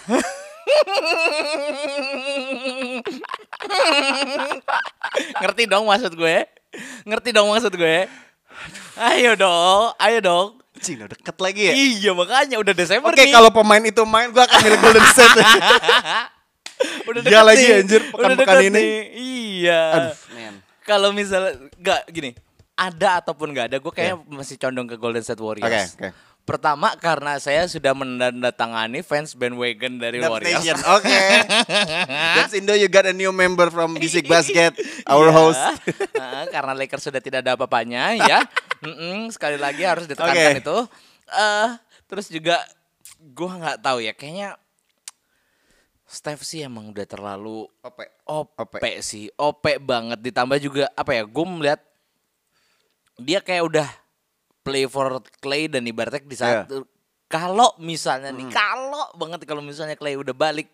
Ngerti dong maksud gue? Ngerti dong maksud gue? Ayo dong. Cing, udah deket lagi ya. Iya makanya udah Desember Oke, nih. kalau pemain itu main gue akan milih Golden State. Udah Dia deket lagi nih. anjir Udah pekan-pekan deket ini. nih. Iya. Aduh, man. Kalau misalnya nggak gini, ada ataupun nggak ada, gue kayaknya masih condong ke Golden State Warriors. Oke. Pertama karena saya sudah menandatangani fans bandwagon dari Warriors. Station. Oke. That's Indo, you got a new member from Basic Basket, our Iya. host. Karena Lakers sudah tidak ada apa-apanya ya. Sekali lagi harus ditekankan Oke. itu. Terus juga gue nggak tahu ya, kayaknya Steph sih emang udah terlalu OP sih, OP banget. Ditambah juga apa ya, gue melihat dia kayak udah play for Clay dan ibaratnya di saat kalau misalnya nih, kalau misalnya Clay udah balik.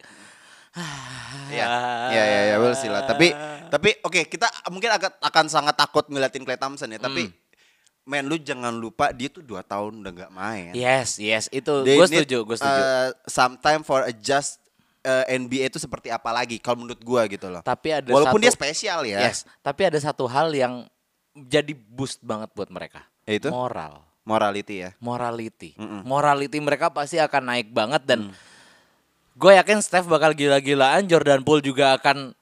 Ya, we'll see lah. Tapi oke, kita mungkin akan sangat takut ngeliatin Klay Thompson ya. Tapi, men, lu jangan lupa dia tuh 2 tahun udah nggak main. Yes, itu They gue need, setuju. Some time for adjust NBA itu seperti apa lagi kalau menurut gua gitu loh. Tapi ada walaupun satu, dia spesial ya. Yes, tapi ada satu hal yang jadi boost banget buat mereka. Yaitu? Morality ya. Morality mereka pasti akan naik banget dan gue yakin Steph bakal gila-gilaan, Jordan Poole juga akan.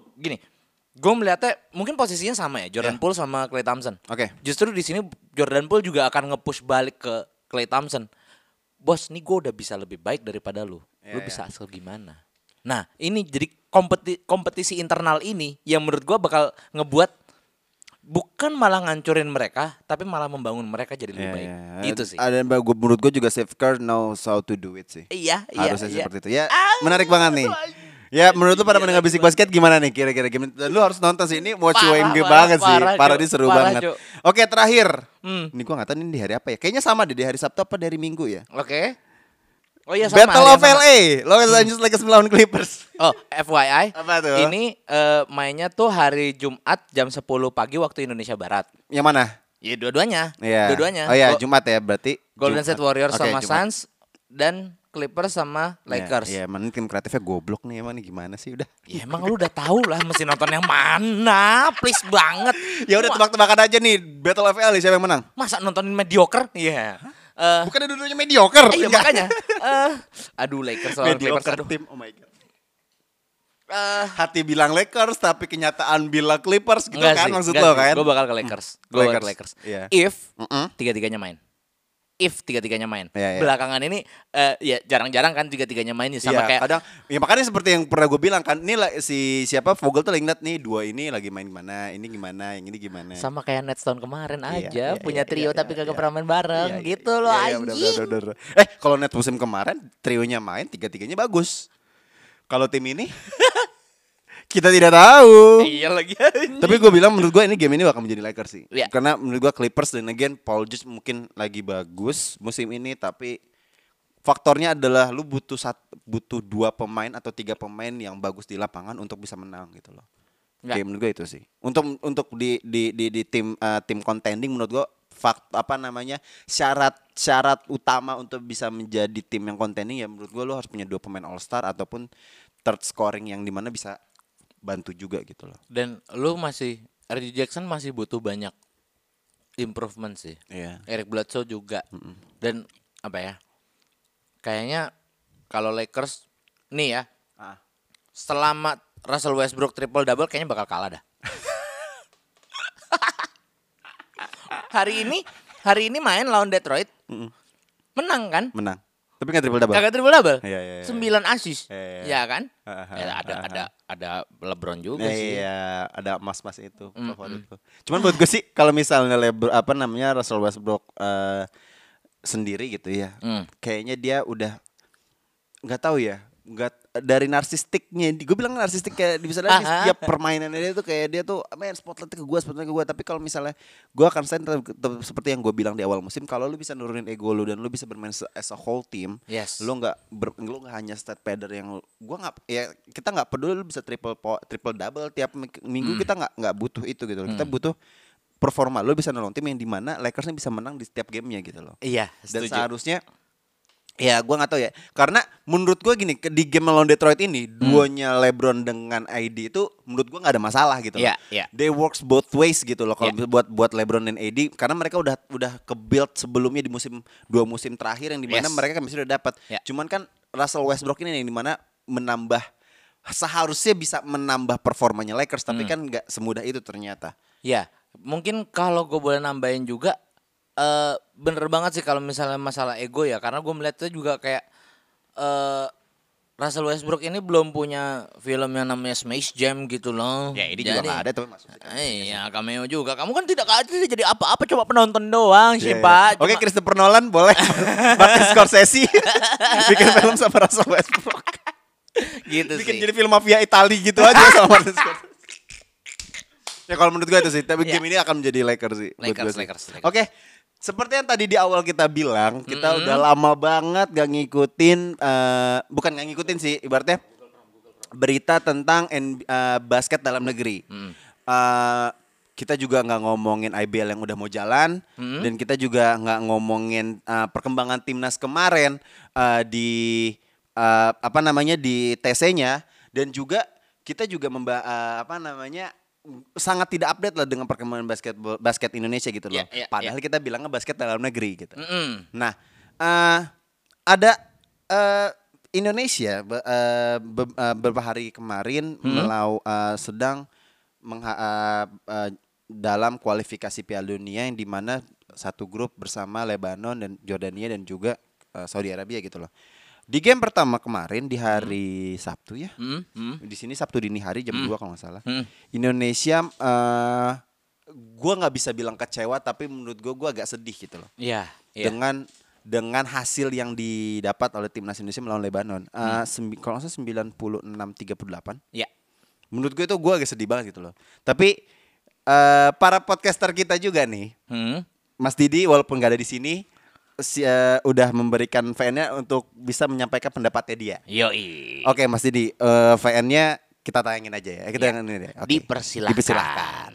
Gue melihatnya mungkin posisinya sama ya, Jordan Poole sama Klay Thompson. Oke. Justru di sini Jordan Poole juga akan nge-push balik ke Klay Thompson. Bos, nih gue udah bisa lebih baik daripada lu. Lu bisa asal gimana? Nah, ini jadi kompetisi internal ini yang menurut gue bakal ngebuat bukan malah ngancurin mereka, tapi malah membangun mereka jadi lebih baik. Itu sih. Menurut gue juga Steph Curry knows how to do it sih. Iya. Harusnya seperti itu. Ya, menarik banget nih. Ya, menurut lu pada mendengar Bisik Basket gimana nih kira-kira game? Lu harus nonton sih, ini watch UMG banget sih. Parah, ini seru banget. Oke, terakhir. Ini gua enggak tahu ini di hari apa ya. Kayaknya sama deh, di hari Sabtu apa dari Minggu ya. Oke. Oh iya sama. Battle of LA. Los Angeles Lakers melawan Clippers. Oh, FYI. Apa tuh? Ini mainnya tuh hari Jumat jam 10 pagi waktu Indonesia Barat. Yang mana? Ya dua-duanya. Iya. Dua-duanya. Oh iya, Jumat ya berarti. Golden State Warriors Oke, sama Jumat. Suns dan Clippers sama Lakers. Iya, emang tim kreatifnya goblok nih, emang nih gimana sih udah. Ya emang lu udah tahu lah mesti nonton yang mana, please banget. Ya udah tebak-tebakan aja nih, Battle of LA siapa yang menang? Masa nontonin mediocre? Iya. Bukan dua-duanya mediocre. Iya Enggak. makanya. Aduh Lakers lawan Clippers. Mediocre tim, oh my god. Hati bilang Lakers tapi kenyataan bilang Clippers gitu kan maksud lo kan? Gue bakal ke Lakers. Gue bakal ke Lakers. Iya. If tiga-tiganya main. Iya. Belakangan ini ya jarang-jarang kan tiga-tiganya main ya, sama Iya, kayak kadang ya makanya seperti yang pernah gue bilang kan, ini siapa Vogel tuh lagi ngeliat nih dua ini lagi main gimana, ini gimana, yang ini gimana. sama kayak Nets tahun kemarin Iya, aja punya trio iya, tapi kagak iya. pernah main bareng Iya, gitu loh iya, anjing. bener. Kalau net musim kemarin trionya main tiga-tiganya bagus. Kalau tim ini kita tidak tahu. Iya lagi anjing. Tapi gue bilang menurut gue ini game ini bakal menjadi Lakers sih. Iya. Karena menurut gue Clippers dan again Paul George mungkin lagi bagus musim ini tapi faktornya adalah lu butuh butuh 2 pemain atau 3 pemain yang bagus di lapangan untuk bisa menang gitu loh. Nggak. Kayak menurut gue itu sih. Untuk di tim contending menurut gue syarat utama untuk bisa menjadi tim yang contending ya menurut gue lu harus punya 2 pemain all star ataupun third scoring yang dimana bisa bantu juga gitu loh. Dan lu Reggie Jackson masih butuh banyak improvement sih. Iya. Eric Bledsoe juga. Dan apa ya? Kayaknya kalau Lakers nih ya, selama Russell Westbrook triple double kayaknya bakal kalah dah. Hari ini main lawan Detroit. Menang kan? Menang. Tapi nggak triple double. Kagak triple double. Iya. 9 assist. Ya kan? Ada LeBron juga sih. Iya, ada mas-mas itu favoritku. Cuman buat gue sih kalau misalnya Russell Westbrook sendiri gitu ya. Kayaknya dia udah nggak tahu ya. Dari narsistiknya, gue bilang narsistik kayak bisa lihat setiap permainannya dia tuh kayak dia tuh main spotlight ke gue. Tapi kalau misalnya gue akan stand seperti yang gue bilang di awal musim, kalau lu bisa nurunin ego lu dan lu bisa bermain as a whole team, lu nggak hanya stat padder yang kita nggak peduli lu bisa triple double tiap minggu, kita nggak butuh itu gitu loh. Kita butuh performa lu bisa nolong tim yang dimana Lakersnya bisa menang di setiap gamenya gitu loh. Iya, dan setuju. seharusnya ya gue gak tahu ya. Karena menurut gue gini, di game lawan Detroit ini duonya LeBron dengan AD itu menurut gue gak ada masalah gitu loh. They works both ways gitu loh kalau buat LeBron dan AD, karena mereka udah ke-build sebelumnya di 2 musim terakhir yang dimana mereka kan udah dapat. Cuman kan Russell Westbrook ini yang dimana seharusnya bisa menambah performanya Lakers, tapi kan gak semudah itu ternyata. Ya, mungkin kalau gue boleh nambahin juga, bener banget sih kalau misalnya masalah ego ya, karena gue melihatnya juga kayak Russell Westbrook ini belum punya film yang namanya Space Jam gitu loh. Ya ini juga gak ada tapi masuk sih. Iya, cameo juga. Kamu kan tidak jadi apa-apa, cuma penonton doang sih Pak. Oke, Christopher Nolan boleh Martin Scorsese bikin film sama Russell Westbrook. Gitu bikin sih. jadi film mafia Itali gitu aja sama Martin Scorsese. Ya kalau menurut gue itu sih, tapi game ini akan menjadi Lakers sih. Lakers. Oke. Seperti yang tadi di awal kita bilang, kita udah lama banget gak ngikutin, bukan gak ngikutin sih, ibaratnya berita tentang basket dalam negeri. Kita juga nggak ngomongin IBL yang udah mau jalan, dan kita juga nggak ngomongin perkembangan timnas kemarin di di TC-nya, dan juga kita juga sangat tidak update lah dengan perkembangan basket Indonesia gitu loh. Padahal kita bilangnya basket dalam negeri gitu. Nah, ada Indonesia beberapa hari kemarin sedang dalam kualifikasi Piala Dunia yang dimana satu grup bersama Lebanon dan Jordania dan juga Saudi Arabia gitu loh. Di game pertama kemarin di hari Sabtu ya, di sini Sabtu dini hari jam 2 kalau nggak salah. Indonesia, gue nggak bisa bilang kecewa, tapi menurut gue agak sedih gitu loh. Iya. Dengan hasil yang didapat oleh timnas Indonesia melawan Lebanon, kalau nggak salah 96-38. Iya. Menurut gue itu gue agak sedih banget gitu loh. Tapi para podcaster kita juga nih, Mas Didi walaupun nggak ada di sini. Udah memberikan VN-nya untuk bisa menyampaikan pendapatnya dia. Yoi. Oke, Mas Didi, VN-nya kita tayangin aja ya. Kita tayangin aja. Okay. Dipersilahkan.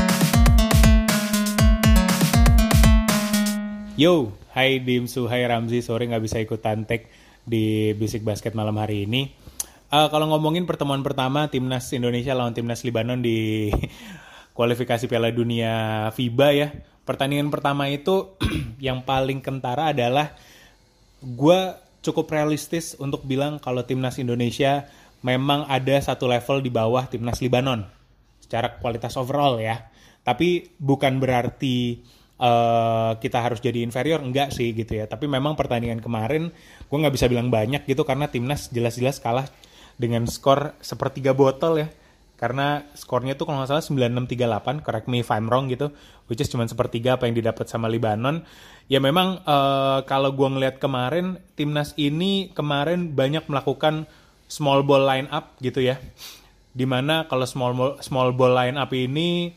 Yo, hai Dimsu, hai Ramzi, sorry nggak bisa ikutan tag di Bisik Basket malam hari ini. Kalau ngomongin pertemuan pertama timnas Indonesia lawan timnas Libanon di kualifikasi Piala Dunia FIBA ya. Pertandingan pertama itu yang paling kentara adalah gue cukup realistis untuk bilang kalau timnas Indonesia memang ada satu level di bawah timnas Libanon secara kualitas overall ya. Tapi bukan berarti kita harus jadi inferior, enggak sih gitu ya. Tapi memang pertandingan kemarin gue nggak bisa bilang banyak gitu karena timnas jelas-jelas kalah dengan skor sepertiga botol ya. Karena skornya tuh kalau nggak salah 96-38, correct me if I'm wrong gitu, which is cuma sepertiga apa yang didapat sama Libanon. Ya memang kalau gue ngeliat kemarin, timnas ini kemarin banyak melakukan small ball line up gitu ya. Dimana kalau small ball line up ini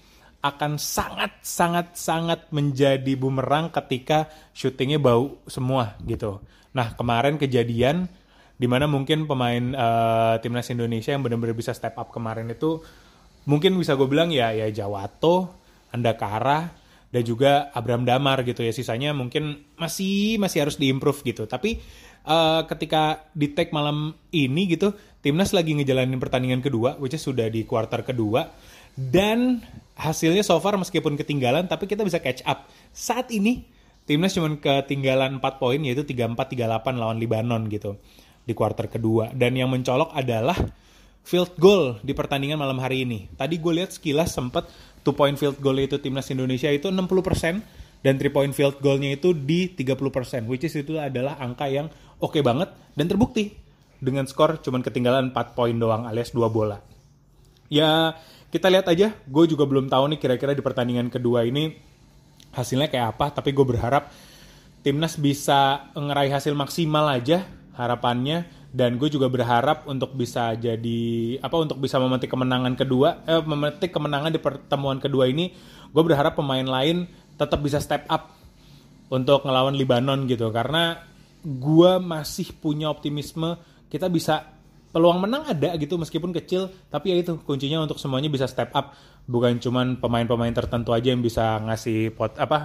akan sangat menjadi bumerang ketika syutingnya bau semua gitu. Nah kemarin kejadian dimana mungkin pemain timnas Indonesia yang benar-benar bisa step up kemarin itu mungkin bisa gue bilang ya Jawato, Andakara, dan juga Abraham Damar gitu ya. Sisanya mungkin masih harus diimprove gitu. Tapi ketika di tag malam ini gitu, timnas lagi ngejalanin pertandingan kedua, which is sudah di kuarter kedua. Dan hasilnya so far meskipun ketinggalan, tapi kita bisa catch up. Saat ini timnas cuma ketinggalan 4 poin, yaitu 34-38 lawan Libanon gitu di kuarter kedua. Dan yang mencolok adalah field goal di pertandingan malam hari ini. Tadi gue lihat sekilas sempat 2 point field goal itu timnas Indonesia itu 60%, dan 3 point field goalnya itu di 30%, which is itu adalah angka yang oke banget dan terbukti dengan skor cuman ketinggalan 4 poin doang alias 2 bola. Ya kita lihat aja, gue juga belum tahu nih kira-kira di pertandingan kedua ini hasilnya kayak apa, tapi gue berharap timnas bisa ngeraih hasil maksimal aja harapannya, dan gue juga berharap untuk bisa untuk bisa memetik kemenangan di pertemuan kedua ini. Gue berharap pemain lain tetap bisa step up untuk ngelawan Libanon gitu, karena gue masih punya optimisme kita bisa. Peluang menang ada gitu meskipun kecil, tapi ya itu kuncinya untuk semuanya bisa step up, bukan cuman pemain-pemain tertentu aja yang bisa ngasih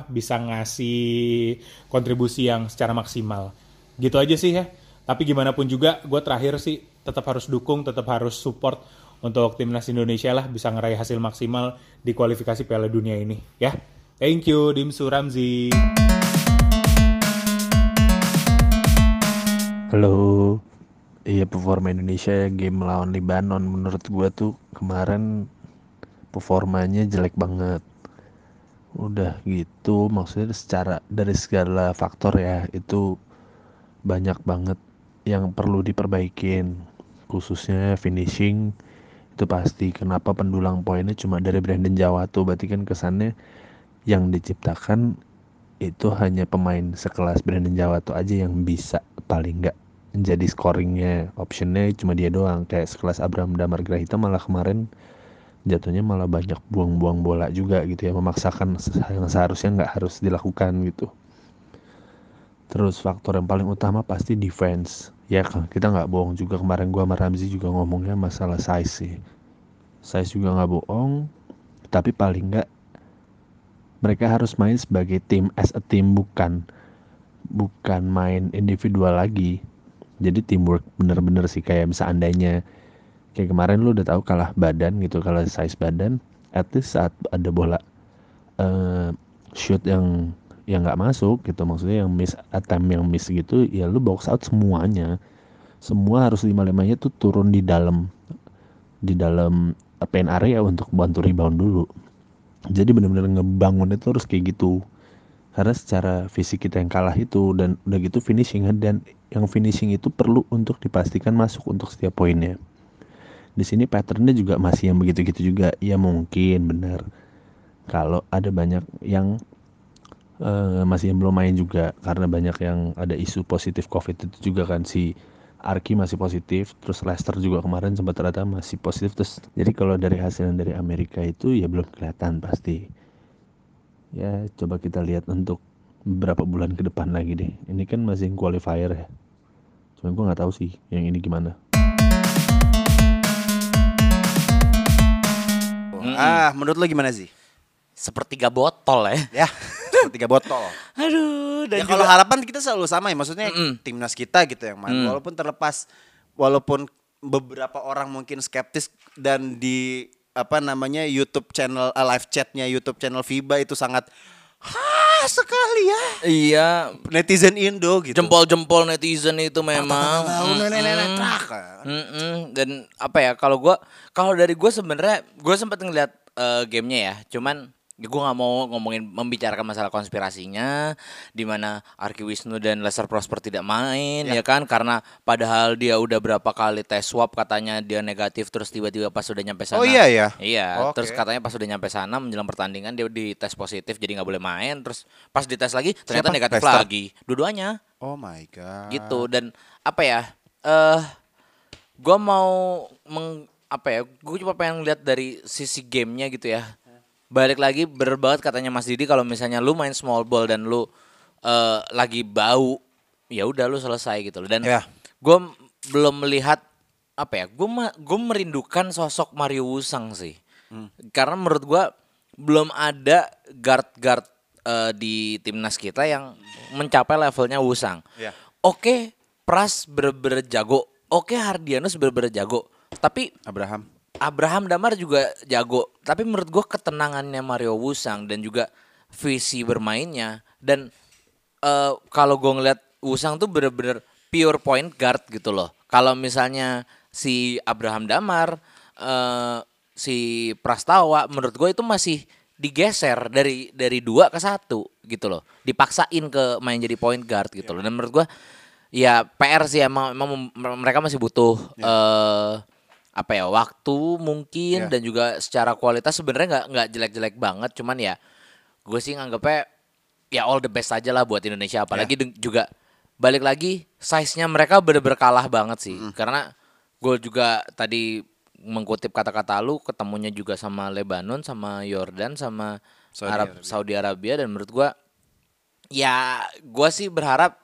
kontribusi yang secara maksimal. Gitu aja sih ya. Tapi gimana pun juga gue terakhir sih tetap harus dukung, tetap harus support untuk timnas Indonesia lah bisa ngeraih hasil maksimal di kualifikasi Piala Dunia ini ya. Thank you Dimsu Ramzi. Halo. Iya, performa Indonesia game melawan Libanon menurut gue tuh kemarin performanya jelek banget. Udah gitu maksudnya dari segala faktor ya itu banyak banget yang perlu diperbaikin, khususnya finishing. Itu pasti kenapa pendulang poinnya cuma dari Brandon Jawato, berarti kan kesannya yang diciptakan itu hanya pemain sekelas Brandon Jawato aja yang bisa paling enggak jadi scoringnya, optionnya cuma dia doang. Kayak sekelas Abraham Damar Grahita malah kemarin jatuhnya malah banyak buang-buang bola juga gitu ya, memaksakan yang seharusnya nggak harus dilakukan gitu. Terus faktor yang paling utama pasti defense ya kan, kita nggak bohong juga, kemarin gua sama Ramzi juga ngomongnya masalah size juga nggak bohong, tapi paling nggak mereka harus main sebagai tim, as a team, bukan main individual lagi. Jadi teamwork bener-bener sih, kayak seandainya kayak kemarin lu udah tahu kalah badan gitu, kalah size badan, at least saat ada bola shoot yang nggak masuk gitu, maksudnya yang attempt yang miss gitu, ya lu box out semuanya. Semua harus 5-5-nya tuh turun di dalam paint area untuk bantu rebound dulu. Jadi benar-benar ngebangun itu harus kayak gitu. Karena secara fisik kita yang kalah itu, dan udah gitu finishing, dan yang finishing itu perlu untuk dipastikan masuk untuk setiap poinnya. Di sini patternnya juga masih yang begitu-gitu juga. Ya mungkin benar kalau ada banyak yang masih yang belum main juga, karena banyak yang ada isu positif COVID itu juga kan. Si Arki masih positif, terus Leicester juga kemarin sempat ternyata masih positif. Terus jadi kalau dari hasil dari Amerika itu ya belum kelihatan pasti. Ya coba kita lihat untuk beberapa bulan ke depan lagi deh. Ini kan masih qualifier ya. Cuma gue nggak tahu sih yang ini gimana. Menurut lo gimana sih? Sepertiga botol ya. Ya, sepertiga botol. Aduh, dan Ya kalau harapan kita selalu sama ya, maksudnya timnas kita gitu yang main. Walaupun beberapa orang mungkin skeptis, dan di YouTube channel live chatnya YouTube channel FIBA itu sangat sekali ya. Iya, netizen Indo gitu. jempol-jempol netizen itu memang. Dan apa ya, kalau dari gue sebenarnya gue sempat ngeliat gamenya ya, cuman gue nggak mau membicarakan masalah konspirasinya, di mana Arki Wisnu dan Lester Prosper tidak main ya kan, karena padahal dia udah berapa kali tes swab katanya dia negatif, terus tiba-tiba pas udah nyampe sana terus katanya pas udah nyampe sana menjelang pertandingan dia dites positif, jadi nggak boleh main, terus pas dites lagi ternyata negatif lagi dua-duanya. Oh my god. Gitu. Dan apa ya, gue mau gue cuma pengen lihat dari sisi gamenya gitu ya. balik lagi bener banget katanya Mas Didi, kalau misalnya lu main small ball dan lu lagi bau, ya udah lu selesai gitu loh. Dan Iya. gue belum melihat apa ya, gue merindukan sosok Mario Wusang sih. Karena menurut gue belum ada guard di timnas kita yang mencapai levelnya Wusang. Iya. Oke, Pras bener-bener jago. Oke, Hardianus bener-bener jago. Tapi Abraham Damar juga jago. Tapi menurut gue ketenangannya Mario Wusang dan juga visi bermainnya. Dan kalau gue ngeliat Wusang tuh bener-bener pure point guard gitu loh. Kalau misalnya si Abraham Damar, si Prastawa, menurut gue itu masih digeser dari 2 ke 1 gitu loh. Dipaksain ke main jadi point guard gitu loh. Dan menurut gue ya PR sih, emang mereka masih butuh apa ya, waktu mungkin, dan juga secara kualitas sebenarnya nggak jelek-jelek banget, cuman ya gue sih nganggepnya ya all the best aja lah buat Indonesia, apalagi juga balik lagi size-nya mereka bener-bener kalah banget sih. Karena gue juga tadi mengkutip kata-kata lu, ketemunya juga sama Lebanon, sama Yordan, sama Saudi Arabia, dan menurut gue ya gue sih berharap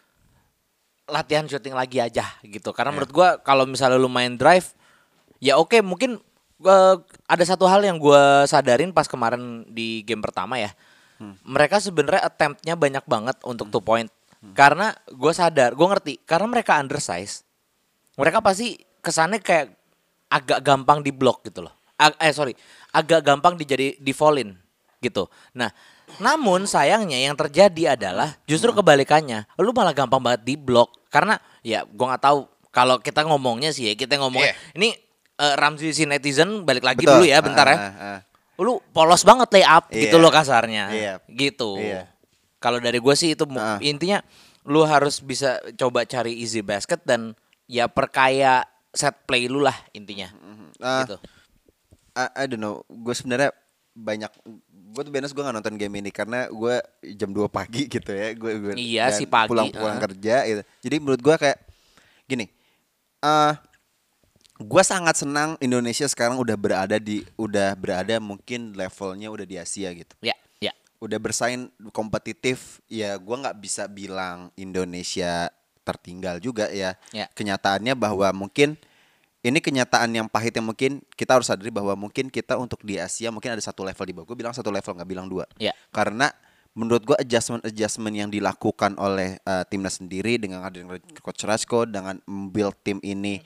latihan syuting lagi aja gitu. Karena menurut gue kalau misalnya lu main drive, ya oke, mungkin ada satu hal yang gue sadarin pas kemarin di game pertama ya. Mereka sebenarnya attempt-nya banyak banget untuk 2 point. Karena gue sadar, gue ngerti, karena mereka undersize. Mereka pasti kesannya kayak agak gampang diblok gitu loh. Agak gampang di-fall-in gitu. Nah, namun sayangnya yang terjadi adalah justru kebalikannya. Lu malah gampang banget diblok. Karena ya gue gak tahu, kalau kita ngomongnya sih ya, kita ngomongnya ini Ramzi si netizen balik lagi dulu ya bentar ya. Lu polos banget layup gitu loh kasarnya. Gitu. Kalau dari gue sih itu intinya lu harus bisa coba cari easy basket dan ya perkaya set play lu lah intinya. Gitu. I don't know. Gue sebenarnya gue tuh biasanya gue gak nonton game ini karena gue jam 2 pagi gitu ya. Gue iya sih pagi. Pulang kerja gitu. Jadi menurut gue kayak gini. Gue sangat senang Indonesia sekarang udah berada mungkin levelnya udah di Asia gitu. Ya. Udah bersaing kompetitif, ya gue nggak bisa bilang Indonesia tertinggal juga ya. Kenyataannya bahwa mungkin ini kenyataan yang pahit yang mungkin kita harus sadari bahwa mungkin kita untuk di Asia mungkin ada satu level di bawah. Gue bilang satu level, nggak bilang 2. Karena menurut gue adjustment yang dilakukan oleh timnas sendiri dengan adanya Coach Rajko dengan membuild tim ini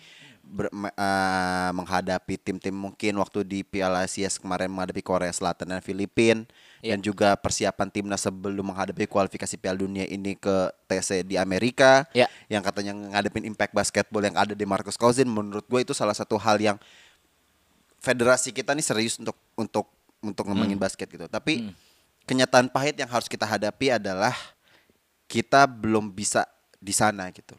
menghadapi tim-tim mungkin waktu di Piala Asia kemarin menghadapi Korea Selatan dan Filipina, dan juga persiapan timnas sebelum menghadapi kualifikasi Piala Dunia ini ke TC di Amerika, yang katanya ngadepin Impact Basketball yang ada di Marcus Cousins. Menurut gue itu salah satu hal yang federasi kita nih serius untuk ngembangin basket gitu. Tapi kenyataan pahit yang harus kita hadapi adalah kita belum bisa di sana gitu.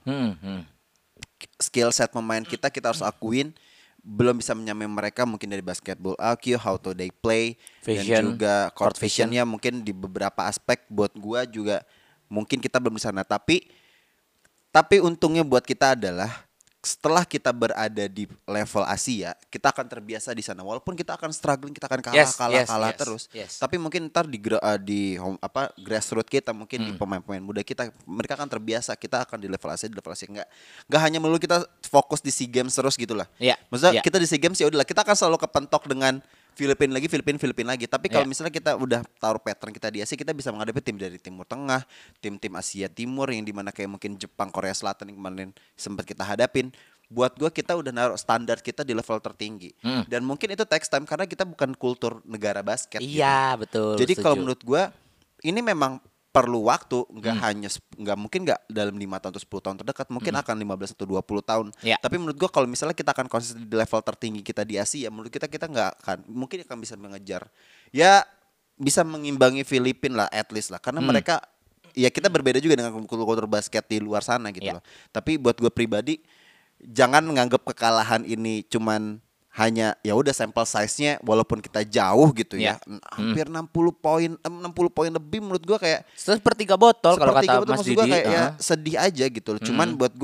Skill set pemain kita harus akuin belum bisa menyamai mereka mungkin dari basketball IQ, how to they play, dan juga court visionnya mungkin di beberapa aspek buat gua juga mungkin kita belum di sana. Tapi untungnya buat kita adalah setelah kita berada di level Asia, kita akan terbiasa di sana. Walaupun kita akan struggling, kita akan kalah terus. Tapi mungkin ntar di grassroots kita, mungkin di pemain-pemain muda kita, mereka akan terbiasa. Kita akan di level Asia, nggak hanya melulu kita fokus di SEA Games terus gitulah. Maksudnya kita di SEA Games ya udahlah, kita akan selalu kepentok dengan Filipina lagi. Tapi kalau misalnya kita udah taruh pattern kita di Asia, kita bisa menghadapi tim dari Timur Tengah, tim-tim Asia Timur yang dimana kayak mungkin Jepang, Korea Selatan yang kemarin sempat kita hadapin. Buat gue kita udah naruh standar kita di level tertinggi. Dan mungkin itu takes time karena kita bukan kultur negara basket. Iya gitu. Betul. Jadi kalau menurut gue ini memang perlu waktu, nggak mungkin nggak dalam 5 tahun atau 10 tahun terdekat, mungkin akan 15 atau 20 tahun. Tapi menurut gua kalau misalnya kita akan konsisten di level tertinggi kita di Asia, menurut kita nggak akan mungkin akan bisa mengejar, ya bisa mengimbangi Filipina lah at least lah, karena mereka ya kita berbeda juga dengan kultur basket di luar sana gitu loh. Tapi buat gua pribadi jangan menganggap kekalahan ini cuman hanya ya udah sampel size-nya walaupun kita jauh gitu ya. Hampir 60 poin lebih menurut gua kayak sepertiga botol kalau kata Mas Didi. Kayak ya sedih aja gitu. Cuman buat gua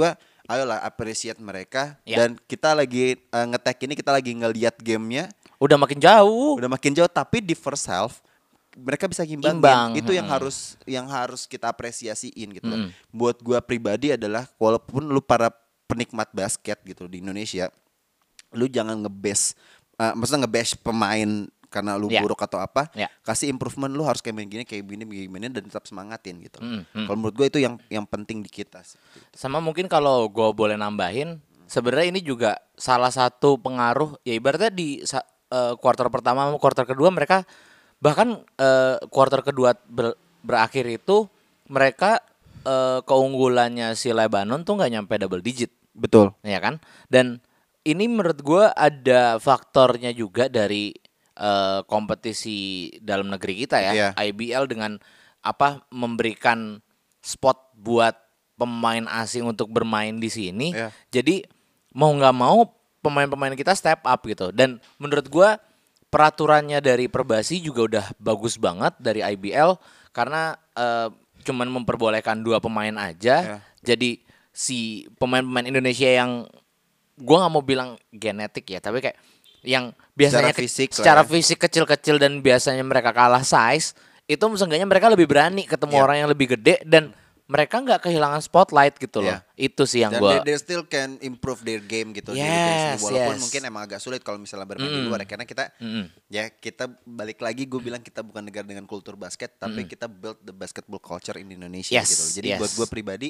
ayolah appreciate mereka. Ya. Dan kita lagi nge-tag ini, kita lagi ngeliat gamenya Udah makin jauh. udah makin jauh, tapi di first half mereka bisa ngimbangin. Imbang. Itu yang harus kita apresiasiin gitu loh. Buat gua pribadi adalah walaupun lu para penikmat basket gitu di Indonesia, lu jangan maksudnya nge-bash pemain karena lu Ya. buruk atau apa. Ya. Kasih improvement, lu harus kayak gini dan tetap semangatin gitu. Kalau menurut gua itu yang penting di kita. Sama mungkin kalau gue boleh nambahin, sebenarnya ini juga salah satu pengaruh ya ibaratnya di kuarter pertama sama kuarter kedua mereka bahkan kuarter kedua berakhir itu mereka keunggulannya si Lebanon tuh nggak nyampe double digit, Betul. ya kan? Dan ini menurut gue ada faktornya juga dari kompetisi dalam negeri kita ya, Iya. IBL dengan memberikan spot buat pemain asing untuk bermain di sini. Iya. Jadi mau nggak mau pemain-pemain kita step up gitu. Dan menurut gua peraturannya dari Perbasi juga udah bagus banget dari IBL karena cuman memperbolehkan 2 pemain aja. Iya. Jadi si pemain-pemain Indonesia yang gua nggak mau bilang genetik ya, tapi kayak yang biasanya Secara fisik lah ya. fisik kecil-kecil dan biasanya mereka kalah size, itu seenggaknya mereka lebih berani ketemu Iya. orang yang lebih gede dan mereka nggak kehilangan spotlight gitu loh. Iya. Itu sih yang Dan gua they still can improve their game gitu. Yes, Jadi kayak sini, walaupun yes. mungkin emang agak sulit kalau misalnya bermain di luar ya. Karena kita ya kita balik lagi, gue bilang kita bukan negara dengan kultur basket, tapi kita build the basketball culture in Indonesia Yes, gitu. Jadi yes. buat gue pribadi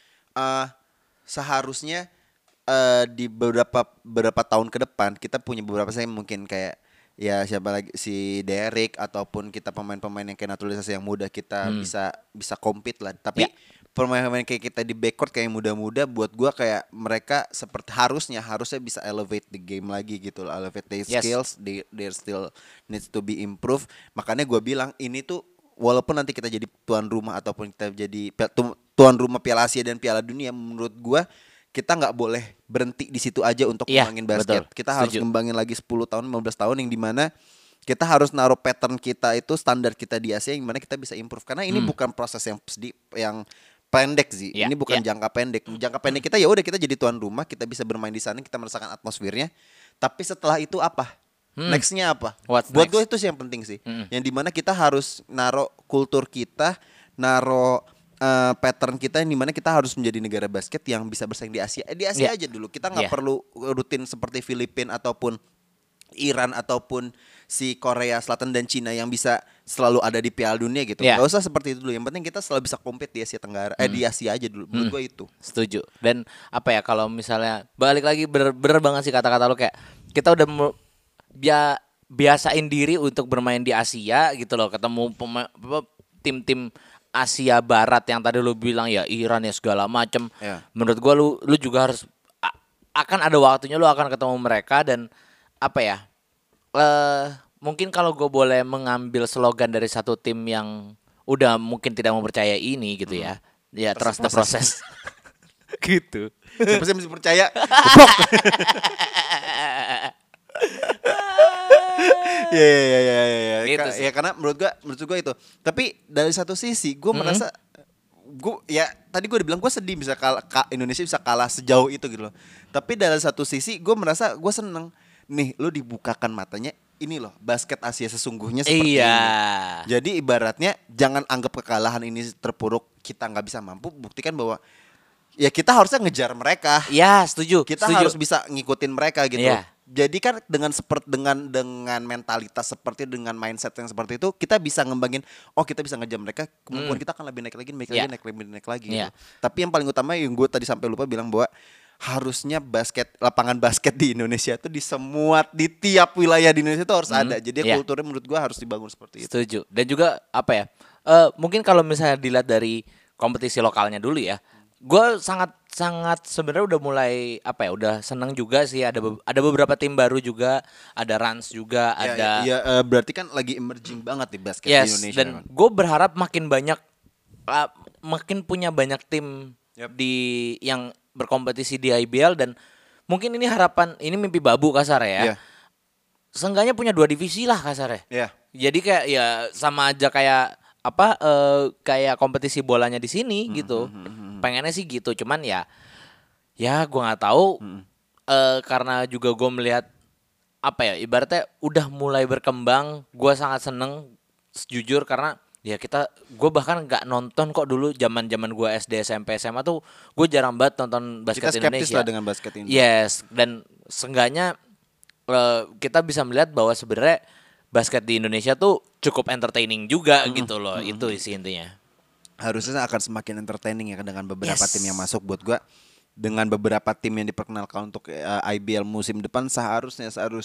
seharusnya di beberapa tahun ke depan kita punya beberapa saya mungkin kayak ya siapa lagi si Derek ataupun kita pemain-pemain yang kayak naturalisasi yang muda kita bisa compete lah. Tapi Ya. pemain-pemain kayak kita di backcourt kayak muda-muda buat gua kayak mereka seperti harusnya bisa elevate the game lagi gitu loh. Elevate their Yes. skills, they still needs to be improved. Makanya gua bilang ini tuh walaupun nanti kita jadi tuan rumah ataupun kita jadi tuan rumah Piala Asia dan Piala Dunia, menurut gua kita nggak boleh berhenti di situ aja untuk Iya, ngembangin basket. betul. Kita harus Setuju. ngembangin lagi 10 tahun, 15 tahun yang dimana kita harus naruh pattern kita itu standar kita di Asia yang dimana kita bisa improve. Karena ini bukan proses yang pendek sih. Iya, Ini bukan iya. jangka pendek. Jangka pendek kita ya udah kita jadi tuan rumah, kita bisa bermain di sana, kita merasakan atmosfernya. Tapi setelah itu apa? Nextnya apa? What's Buat next? gue itu sih yang penting sih. Yang dimana kita harus naruh kultur kita, naruh pattern kita yang dimana kita harus menjadi negara basket yang bisa bersaing di Asia. Di Asia Iya. aja dulu. Kita nggak Iya. perlu rutin seperti Filipina ataupun Iran ataupun si Korea Selatan dan Cina yang bisa selalu ada di Piala Dunia gitu. Iya. Gak usah seperti itu dulu. Yang penting kita selalu bisa compete di Asia Tenggara, di Asia aja dulu. Menurut gue itu. Setuju. Dan kalau misalnya balik lagi bener banget sih kata-kata lu kayak kita udah biasain diri untuk bermain di Asia gitu loh, ketemu tim-tim Asia Barat yang tadi lu bilang ya Iran ya segala macem. Ya. Menurut gua lu juga harus akan ada waktunya lu akan ketemu mereka dan mungkin kalau gue boleh mengambil slogan dari satu tim yang udah mungkin tidak mempercayai ini gitu ya. Ya trust the process. Gitu. Siapa sih yang mesti percaya? Ya. Gitu sih. Ya karena menurut gua itu. Tapi dari satu sisi gua merasa tadi gue bilang gue sedih bisa Indonesia bisa kalah sejauh itu gitu loh. Tapi dari satu sisi gue merasa gue seneng nih lu dibukakan matanya, ini loh basket Asia sesungguhnya seperti Iya. ini. Jadi ibaratnya jangan anggap kekalahan ini terpuruk, kita nggak bisa mampu, buktikan bahwa ya kita harusnya ngejar mereka. Ya, setuju. Kita setuju. harus bisa ngikutin mereka gitu. Iya. Jadi kan dengan mentalitas seperti dengan mindset yang seperti itu kita bisa ngembangin kita bisa ngejar mereka, kemampuan kita akan lebih naik lagi Iya. naik lagi Iya. gitu. Tapi yang paling utama yang gue tadi sampai lupa bilang bahwa harusnya lapangan basket di Indonesia itu di tiap wilayah di Indonesia itu harus ada. Jadi Iya. kulturnya menurut gue harus dibangun seperti itu. Setuju. Dan juga mungkin kalau misalnya dilihat dari kompetisi lokalnya dulu ya, gue sangat sebenarnya udah mulai udah seneng juga sih, ada beberapa tim baru juga, ada Rans juga, ada Berarti kan lagi emerging banget di basket di yes, Indonesia. dan gue berharap makin punya banyak tim di yang berkompetisi di IBL, dan mungkin ini mimpi babu kasar ya. Iya. Seenggaknya punya 2 divisi lah kasar ya. Iya. Jadi kayak ya sama aja kayak kayak kompetisi bolanya di sini gitu. Pengennya sih gitu, cuman ya Ya gue nggak tahu karena juga gue melihat apa ya ibaratnya udah mulai berkembang. Gue sangat seneng jujur karena ya gue bahkan nggak nonton kok dulu zaman gue SD SMP SMA tuh gue jarang banget nonton basket Kita skeptis Indonesia. lah dengan basket ini. Yes, dan seenggaknya kita bisa melihat bahwa sebenarnya basket di Indonesia tuh cukup entertaining juga gitu loh. Itu isi intinya. Harusnya akan semakin entertaining ya dengan beberapa Yes. tim yang masuk. Buat gua dengan beberapa tim yang diperkenalkan untuk IBL musim depan seharusnya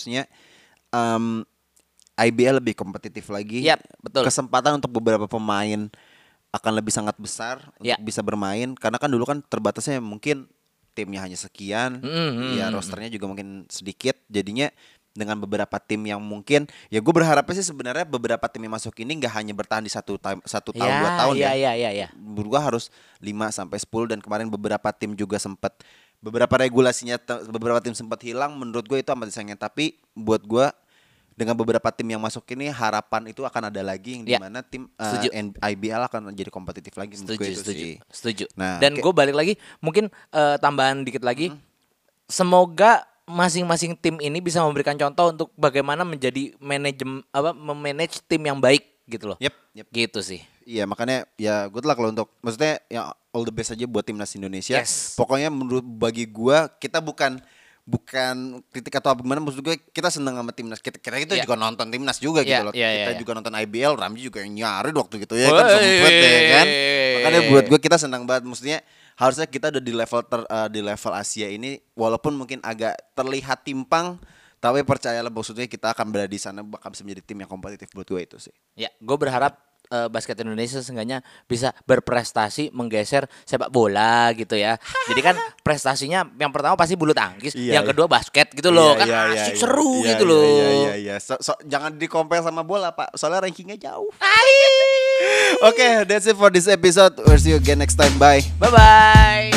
IBL lebih kompetitif lagi. Yap, betul. Kesempatan untuk beberapa pemain akan lebih sangat besar untuk bisa bermain karena kan dulu kan terbatasnya mungkin timnya hanya sekian, ya rosternya juga mungkin sedikit. Jadinya dengan beberapa tim yang mungkin ya gue berharapnya sih sebenarnya beberapa tim yang masuk ini nggak hanya bertahan di satu tahun 2 tahun ya. Iya. Menurut gua harus 5-10 dan kemarin beberapa tim juga sempat beberapa regulasinya beberapa tim sempat hilang. Menurut gue itu amat disayangkan, tapi buat gua dengan beberapa tim yang masuk ini harapan itu akan ada lagi yang dimana tim Setuju. IBL akan jadi kompetitif lagi. Menurut gue itu sih. Setuju. Nah, Dan gue balik lagi mungkin tambahan dikit lagi. Semoga masing-masing tim ini bisa memberikan contoh untuk bagaimana menjadi memanage tim yang baik gitu loh. Yep. Gitu sih. Iya, makanya ya good luck kalau untuk maksudnya ya all the best aja buat timnas Indonesia. Yes. Pokoknya bagi gua kita bukan kritik atau apa gimana, maksud gue kita seneng sama timnas. Kita juga nonton timnas juga gitu loh. Kita juga nonton IBL, Ramji juga yang nyari waktu gitu ya kan sempet ya kan. Makanya buat gue kita senang banget, maksudnya harusnya kita udah di level Asia ini walaupun mungkin agak terlihat timpang, tapi percayalah maksudnya kita akan berada di sana bakal bisa menjadi tim yang kompetitif. Buat gue itu sih. Ya, gue berharap basket Indonesia seenggaknya bisa berprestasi menggeser sepak bola gitu ya. Jadi kan prestasinya yang pertama pasti bulu tangkis, yang kedua basket gitu loh. Kan asik seru gitu loh. Iya. Jangan di-compare sama bola, Pak. Soalnya rankingnya jauh. Oke, that's it for this episode. We'll see you again next time. Bye. Bye-bye.